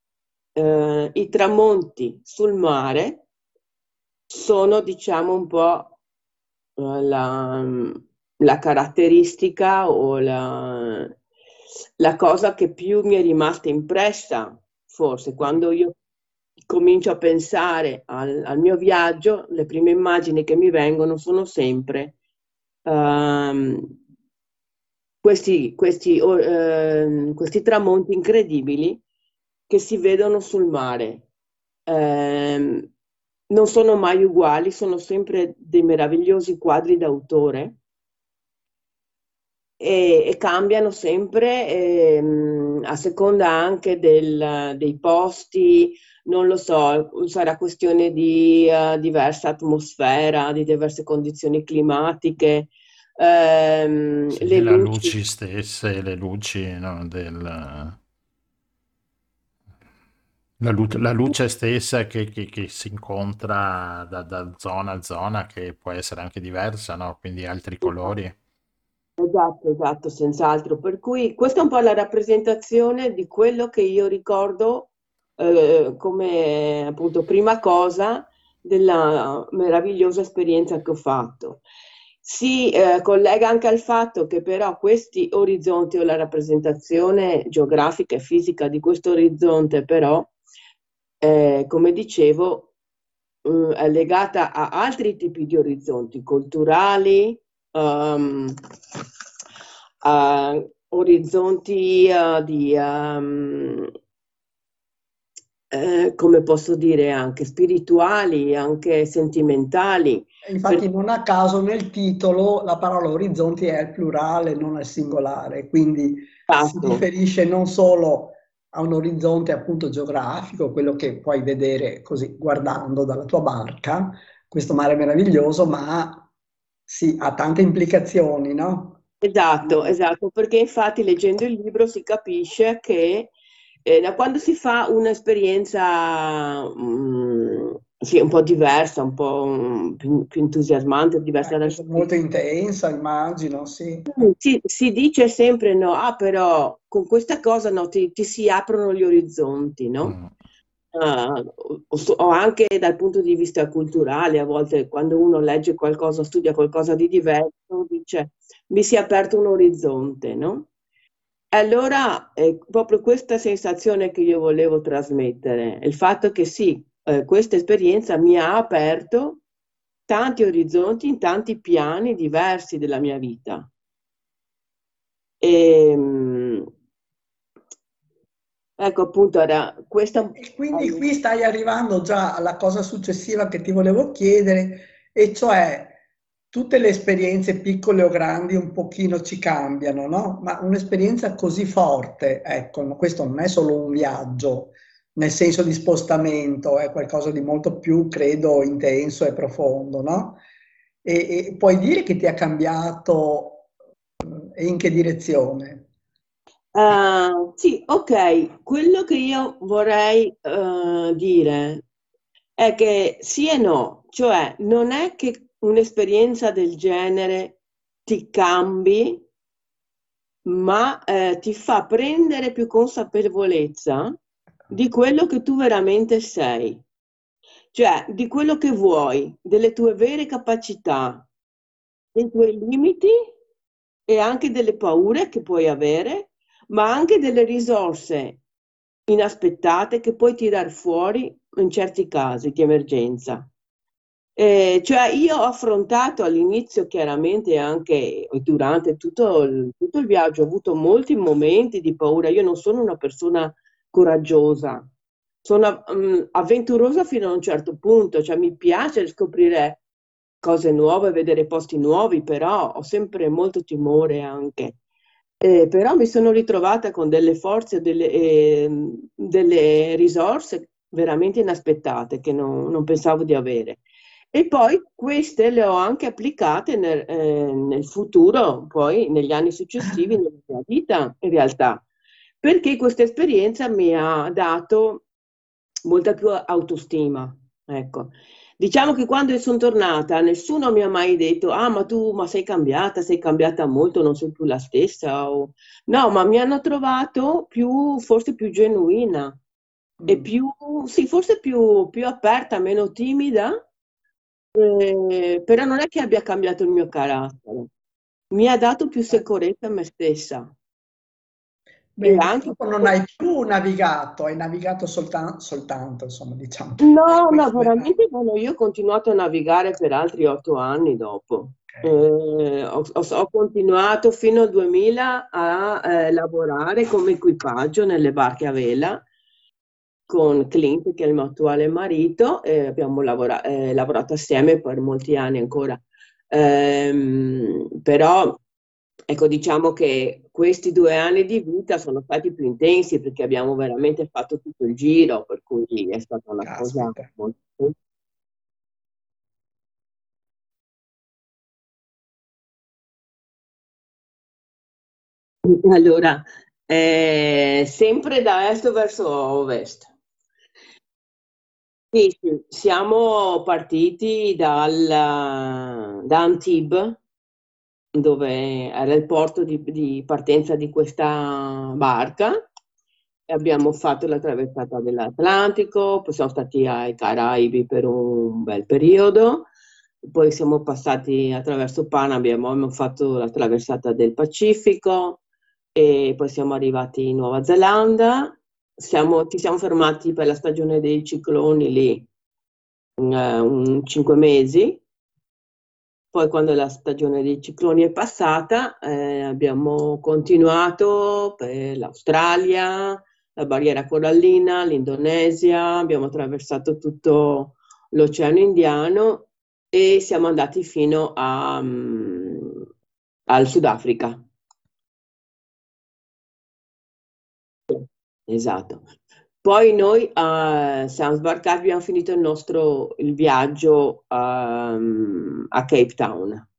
eh, i tramonti sul mare sono, diciamo, un po' eh, la, la caratteristica o la, la cosa che più mi è rimasta impressa, forse, quando io comincio a pensare al, al mio viaggio, le prime immagini che mi vengono sono sempre ehm, questi, questi, oh, ehm, questi tramonti incredibili che si vedono sul mare. Ehm, non sono mai uguali, sono sempre dei meravigliosi quadri d'autore e, e cambiano sempre ehm, a seconda anche del- dei posti, non lo so, sarà questione di eh, diversa atmosfera, di diverse condizioni climatiche, ehm, Sì, le le luci. luci stesse, le luci, no, del... La, lu- la luce stessa che, che- che si incontra da, da zona a zona, che può essere anche diversa, no? Quindi altri colori. Esatto, esatto, senz'altro. Per cui questa è un po' la rappresentazione di quello che io ricordo eh, come appunto prima cosa della meravigliosa esperienza che ho fatto. Si eh, collega anche al fatto che però questi orizzonti o la rappresentazione geografica e fisica di questo orizzonte però, eh, come dicevo, eh, è legata a altri tipi di orizzonti culturali, ehm, a orizzonti eh, di, ehm, eh, come posso dire, anche spirituali, anche sentimentali. E infatti non a caso nel titolo la parola orizzonti è al plurale, non al singolare, quindi si Esatto. riferisce non solo a un orizzonte appunto geografico, quello che puoi vedere così guardando dalla tua barca, questo mare meraviglioso, ma sì, ha tante implicazioni, no? Esatto, esatto, perché infatti leggendo il libro si capisce che eh, da quando si fa un'esperienza mm, sì, un po' diversa, un po' mm, più, più entusiasmante, diversa dal Ecco, molto intensa, immagino, sì. si, si dice sempre no, ah però con questa cosa no, ti, ti si aprono gli orizzonti, no? Mm. Ah, o, o anche dal punto di vista culturale, a volte quando uno legge qualcosa, studia qualcosa di diverso, dice mi si è aperto un orizzonte, no? E allora è proprio questa sensazione che io volevo trasmettere, il fatto che sì, eh, questa esperienza mi ha aperto tanti orizzonti in tanti piani diversi della mia vita. E, Ecco, appunto, era questa... E quindi qui stai arrivando già alla cosa successiva che ti volevo chiedere, e cioè tutte le esperienze piccole o grandi un pochino ci cambiano, no? Ma un'esperienza così forte, ecco, no, questo non è solo un viaggio, nel senso di spostamento, è qualcosa di molto più, credo, intenso e profondo, no? E, e puoi dire che ti ha cambiato eh, e in che direzione? Uh, sì, ok, quello che io vorrei uh, dire è che sì e no, cioè non è che un'esperienza del genere ti cambi, ma eh, ti fa prendere più consapevolezza di quello che tu veramente sei, cioè di quello che vuoi, delle tue vere capacità, dei tuoi limiti e anche delle paure che puoi avere, ma anche delle risorse inaspettate che puoi tirar fuori in certi casi di emergenza. Eh, cioè io ho affrontato all'inizio chiaramente anche durante tutto il, tutto il viaggio, ho avuto molti momenti di paura. Io non sono una persona coraggiosa, sono um, avventurosa fino a un certo punto, cioè mi piace scoprire cose nuove, vedere posti nuovi, però ho sempre molto timore anche. Eh, però mi sono ritrovata con delle forze, delle, eh, delle risorse veramente inaspettate che non, non pensavo di avere. E poi queste le ho anche applicate nel, eh, nel futuro, poi negli anni successivi nella mia vita in realtà, perché questa esperienza mi ha dato molta più autostima, ecco. Diciamo che quando io sono tornata nessuno mi ha mai detto ah ma tu ma sei cambiata, sei cambiata molto, non sei più la stessa. O... No, ma mi hanno trovato più, forse più genuina mm. e più, sì, forse più, più aperta, meno timida, eh, però non è che abbia cambiato il mio carattere, mi ha dato più sicurezza a me stessa. Bene, anche non hai più navigato, hai navigato soltanto, soltanto insomma, diciamo. No, no, veramente no, io ho continuato a navigare per altri otto anni dopo. Okay. Eh, ho, ho, ho continuato fino al duemila a eh, lavorare come equipaggio nelle barche a vela con Clint, che è il mio attuale marito, e abbiamo lavora- eh, lavorato assieme per molti anni ancora. Eh, però, ecco, diciamo che questi due anni di vita sono stati più intensi perché abbiamo veramente fatto tutto il giro, per cui è stata una Caspita. cosa molto... Allora, eh, sempre da est verso ovest. Sì, sì, siamo partiti dal, da Antibes, dove era il porto di, di partenza di questa barca, e abbiamo fatto la traversata dell'Atlantico, poi siamo stati ai Caraibi per un bel periodo, poi siamo passati attraverso Panama, abbiamo fatto la traversata del Pacifico e poi siamo arrivati in Nuova Zelanda. Siamo, ci siamo fermati per la stagione dei cicloni lì uh, un cinque mesi. Poi quando la stagione dei cicloni è passata eh, abbiamo continuato per l'Australia, la barriera corallina, l'Indonesia, abbiamo attraversato tutto l'Oceano Indiano e siamo andati fino a, um, al Sudafrica. Esatto. Poi noi uh, siamo sbarcati, abbiamo finito il nostro il viaggio um, a Cape Town.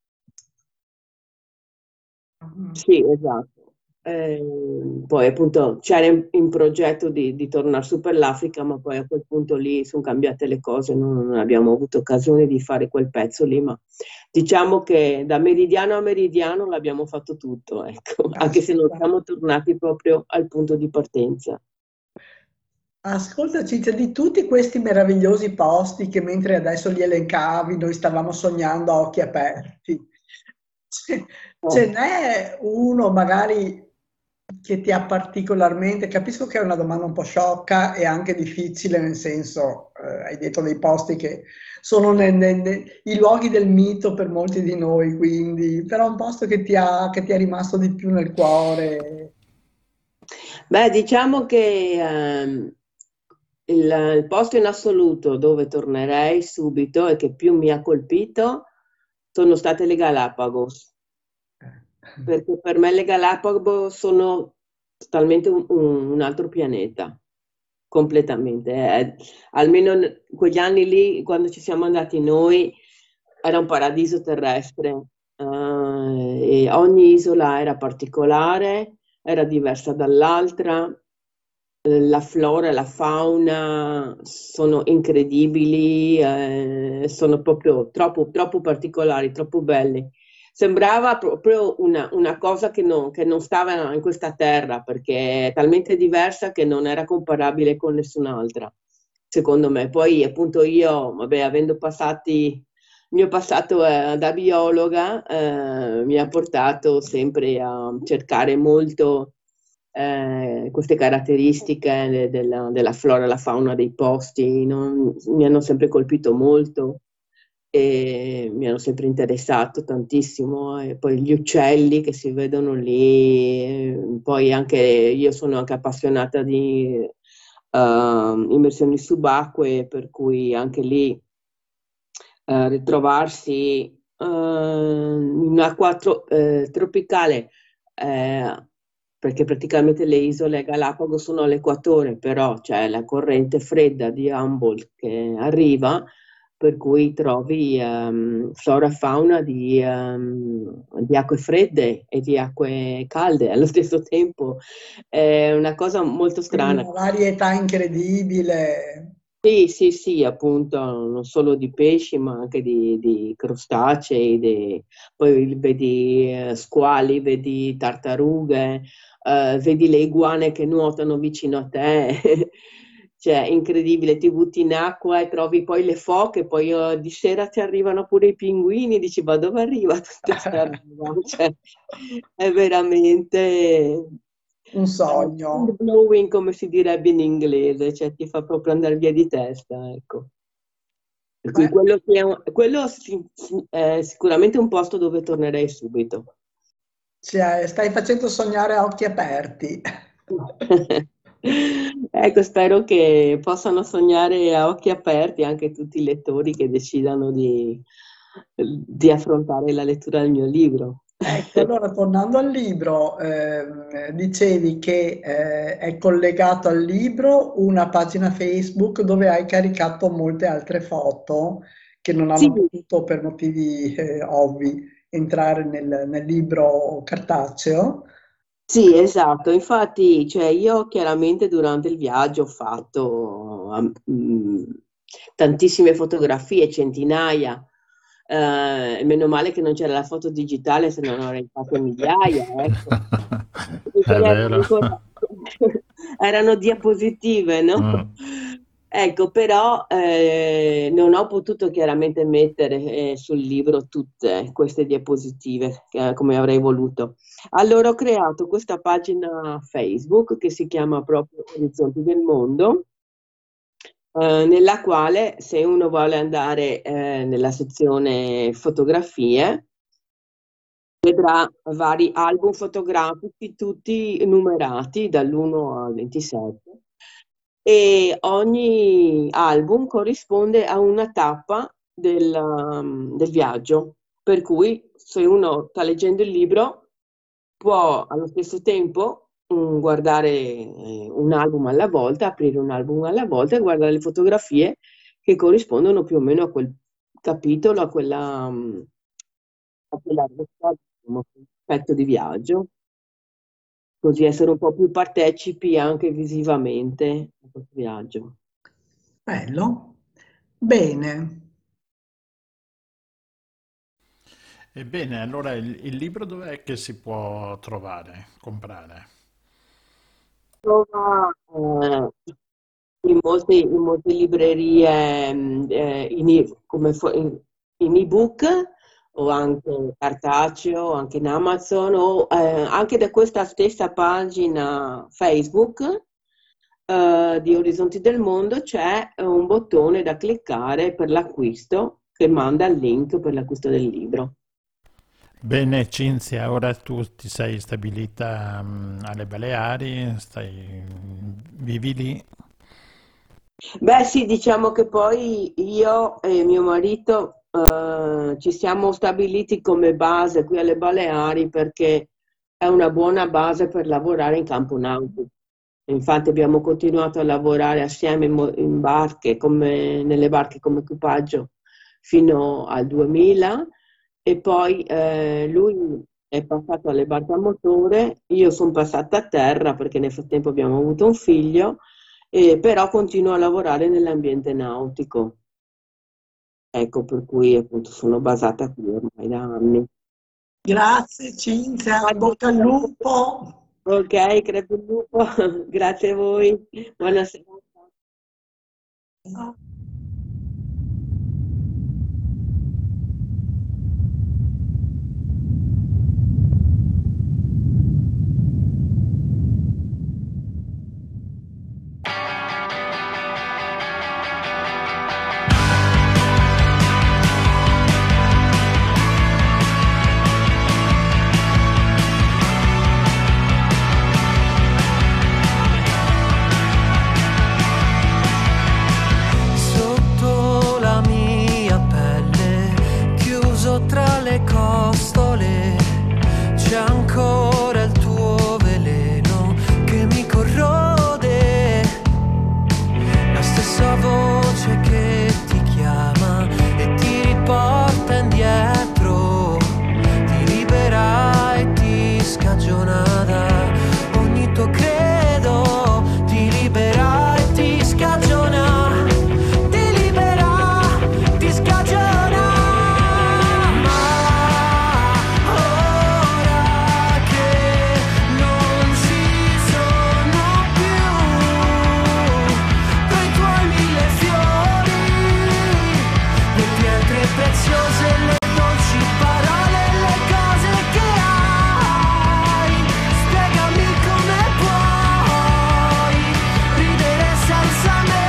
Mm. Sì, esatto. Eh, poi appunto c'era in, in progetto di, di tornare su per l'Africa, ma poi a quel punto lì sono cambiate le cose, non, non abbiamo avuto occasione di fare quel pezzo lì, ma diciamo che da meridiano a meridiano l'abbiamo fatto tutto, ecco, anche se non siamo tornati proprio al punto di partenza. Ascolta Cinzia, di tutti questi meravigliosi posti che mentre adesso li elencavi noi stavamo sognando a occhi aperti, ce, oh. ce n'è uno magari che ti ha particolarmente, capisco che è una domanda un po' sciocca e anche difficile, nel senso, eh, hai detto dei posti che sono ne, ne, ne, i luoghi del mito per molti di noi, quindi, però un posto che ti, ha, che ti è rimasto di più nel cuore. Beh, diciamo che ehm, il, il posto in assoluto dove tornerei subito e che più mi ha colpito sono state le Galapagos, perché per me le Galapagos sono totalmente un, un- un altro pianeta, completamente. Eh, almeno in quegli anni lì, quando ci siamo andati noi, era un paradiso terrestre. Eh, e ogni isola era particolare, era diversa dall'altra. Eh, La flora e la fauna sono incredibili, eh, sono proprio troppo, troppo particolari, troppo belli. Sembrava proprio una, una cosa che non, che non stava in questa terra, perché è talmente diversa che non era comparabile con nessun'altra, secondo me. Poi appunto io, vabbè, avendo passati, il mio passato eh, da biologa, eh, mi ha portato sempre a cercare molto eh, queste caratteristiche de- della, della flora e la fauna dei posti, non- mi hanno sempre colpito molto e mi hanno sempre interessato tantissimo. E poi gli uccelli che si vedono lì, eh, poi anche io sono anche appassionata di eh, immersioni subacquee, per cui anche lì eh, ritrovarsi eh, in un'acqua tro- eh, tropicale, eh, perché praticamente le isole Galapagos sono all'equatore, però c'è la corrente fredda di Humboldt che arriva, per cui trovi ehm, flora e fauna di, ehm, di acque fredde e di acque calde allo stesso tempo. È una cosa molto Quindi strana. una varietà incredibile. Sì, sì, sì, appunto, non solo di pesci, ma anche di, di crostacei, di- poi vedi eh, squali, vedi tartarughe, eh, vedi le iguane che nuotano vicino a te, cioè incredibile, ti butti in acqua e trovi poi le foche, poi eh, di sera ti arrivano pure i pinguini, dici ma dove arriva tutta questa roba? Cioè, è veramente Un sogno. mind-blowing, come si direbbe in inglese, cioè ti fa proprio andare via di testa, ecco. Per cui Beh, quello, che è, un- quello si- si- è sicuramente un posto dove tornerei subito. cioè, stai facendo sognare a occhi aperti. Ecco, spero che possano sognare a occhi aperti anche tutti i lettori che decidano di, di affrontare la lettura del mio libro. Ecco, allora tornando al libro, ehm, dicevi che eh, è collegato al libro una pagina Facebook dove hai caricato molte altre foto che non Sì, hanno potuto, per motivi eh, ovvi, entrare nel, nel libro cartaceo. sì, esatto. Infatti, cioè, io chiaramente durante il viaggio ho fatto am- mh, tantissime fotografie, centinaia. Eh, meno male che non c'era la foto digitale, se no ne avrei fatte migliaia, ecco. Perché È quelle erano vero. ancora erano diapositive, no? Mm. Ecco, però eh, non ho potuto chiaramente mettere eh, sul libro tutte queste diapositive eh, come avrei voluto. Allora ho creato questa pagina Facebook che si chiama proprio Orizzonti del Mondo, eh, nella quale se uno vuole andare eh, nella sezione fotografie, vedrà vari album fotografici, tutti numerati dall'uno al ventisette, e ogni album corrisponde a una tappa del, um, del viaggio, per cui se uno sta leggendo il libro può allo stesso tempo mm, guardare eh, un album alla volta, aprire un album alla volta e guardare le fotografie che corrispondono più o meno a quel capitolo, a quella, mm, a quella diciamo, aspetto di viaggio, così essere un po' più partecipi anche visivamente a questo viaggio. Bello. Bene. Ebbene, allora il, il libro dov'è che si può trovare, comprare? Trova eh, in molte, in molte librerie mm, eh, in, e- come fo- in, in ebook o anche cartaceo, anche in Amazon o eh, anche da questa stessa pagina Facebook eh, di Orizzonti del Mondo c'è eh, un bottone da cliccare per l'acquisto che manda il link per l'acquisto del libro. Bene, Cinzia, ora tu ti sei stabilita mm, alle Baleari, stai, vivi lì? Beh, sì, diciamo che poi io e mio marito eh, ci siamo stabiliti come base qui alle Baleari perché è una buona base per lavorare in campo nautico. Infatti abbiamo continuato a lavorare assieme in, mo- in barche, come, nelle barche come equipaggio fino al duemila e poi eh, lui è passato alle barche a motore, io sono passata a terra perché nel frattempo abbiamo avuto un figlio, e però continuo a lavorare nell'ambiente nautico. Ecco per cui appunto sono basata qui ormai da anni. Grazie Cinzia, in bocca al lupo. Ok, crepe il lupo, grazie a voi, buonasera. Sotto la mia pelle, chiuso tra le costole, c'è ancora il tuo veleno che mi corrode, la stessa voce che ti chiama e ti riporta indietro, ti libera e ti scagiona da ogni tuo credo, ti libera e ti scagiona, ti libera, ti scagiona. Ma ora che non ci sono più quei tuoi mille fiori, le pietre preziose, le dolci parole, le cose che hai, spiegami come puoi ridere senza me.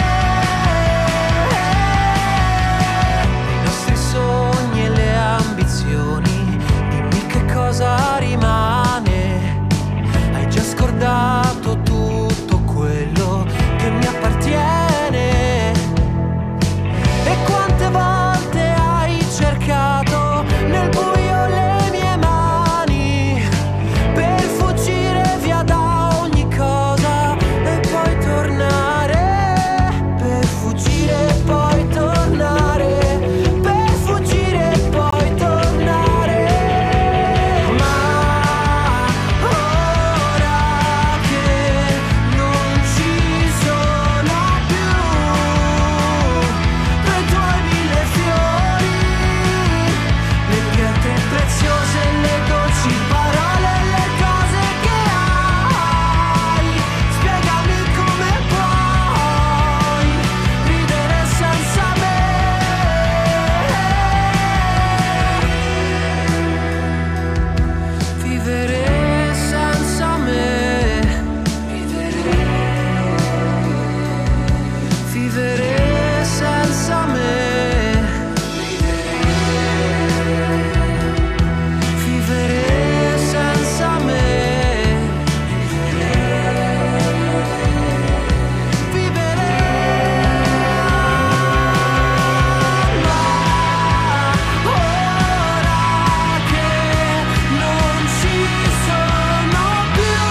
I nostri sogni e le ambizioni, dimmi che cosa rimane. Hai già scordato tutto quello che mi appartiene. E quante volte hai cercato nel buio le mie mani per fuggire via da ogni cosa e poi tornare, per fuggire e poi tornare, per fuggire e poi tornare. Ma ora che non ci sono più quei tuoi mille fiori, le pietre preziose, le dolci parole, le cose che hai, spiegami come puoi ridere senza me. Vivere senza me, vivere, vivere senza me, vivere senza me, vivere. Ma ora che non ci sono più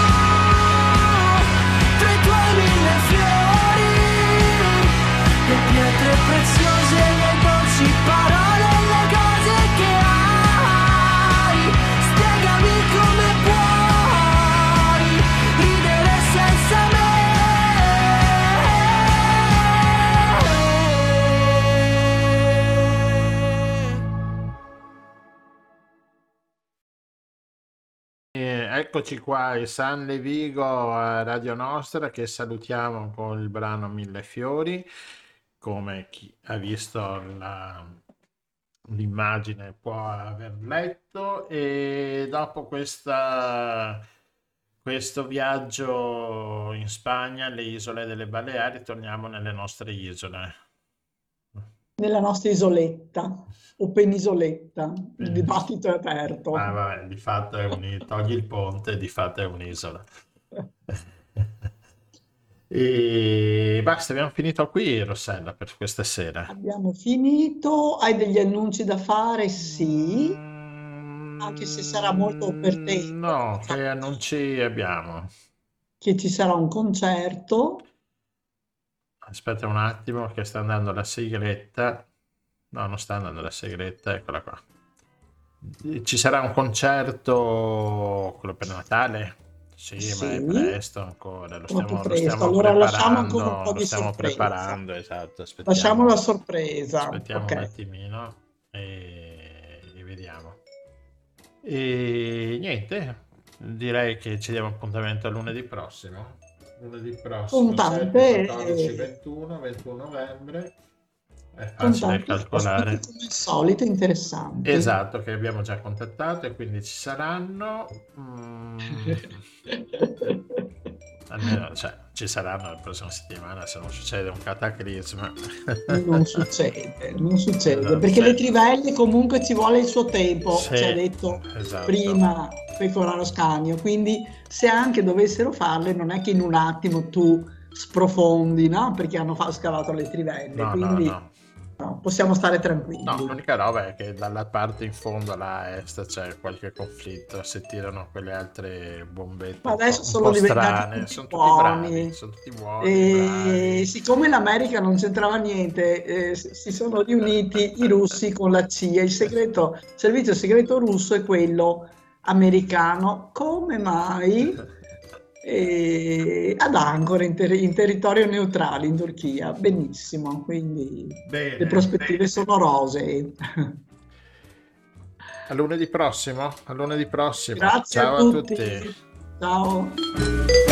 tra i tuoi mille fiori, le pietre preziose, le dolci parole, le cose che hai, spiegami come puoi ridere senza me. E eccoci qua, il San Levigo a Radio Nostra che salutiamo con il brano Mille Fiori, come chi ha visto la- l'immagine può aver letto, e dopo questa, questo viaggio in Spagna, alle isole delle Baleari, torniamo nelle nostre isole. nella nostra isoletta o penisoletta, il Mm. dibattito è aperto. Ma vabbè, di fatto è un... togli il ponte, di fatto è un'isola. E basta, abbiamo finito qui, Rossella, per questa sera. Abbiamo finito, hai degli annunci da fare? Sì, anche se sarà molto per te, Mm, No, che annunci abbiamo? che ci sarà un concerto. Aspetta un attimo che sta andando la sigletta. No, non sta andando la sigletta, eccola qua. Ci sarà un concerto, quello per Natale? Sì, ma è Sì, presto ancora, lo troppo stiamo, lo presto. stiamo Allora lasciamo ancora un preparando, po' lo di stiamo sorpresa. preparando, esatto, Lasciamo la aspettiamo, sorpresa, aspettiamo un ok. attimino e, e vediamo. E niente, direi che ci diamo appuntamento a lunedì prossimo. Lunedì prossimo, Con sette, tante, quattordici, ventuno, ventuno novembre. È con facile tanti ospiti calcolare. come al solito interessanti. Esatto, che abbiamo già contattato e quindi ci saranno. mm, almeno, cioè, ci saranno la prossima settimana se non succede un cataclisma. Non succede, non succede, Non perché le succede. trivelle comunque ci vuole il suo tempo, Sì, ci ha detto esatto. prima Pecoraro Scanio, quindi se anche dovessero farle non è che in un attimo tu sprofondi, no? Perché hanno fa- scavato le trivelle, No, no, quindi no. no, possiamo stare tranquilli. No, l'unica roba è che dalla parte in fondo, là a est, c'è qualche conflitto, se tirano quelle altre bombette Ma un po', adesso un sono po' diventati strane, tutti sono tutti bravi, buoni. sono tutti buoni, E bravi. siccome l'America non c'entrava niente, eh, si si sono riuniti i russi con la C I A. Il segreto, il servizio segreto russo è quello americano. Come mai? E ad Ankara, in, ter- in territorio neutrale in Turchia. Benissimo, quindi Bene, le prospettive sono rosee. a lunedì prossimo, a lunedì prossimo. Grazie Ciao a a tutti. tutti. Ciao.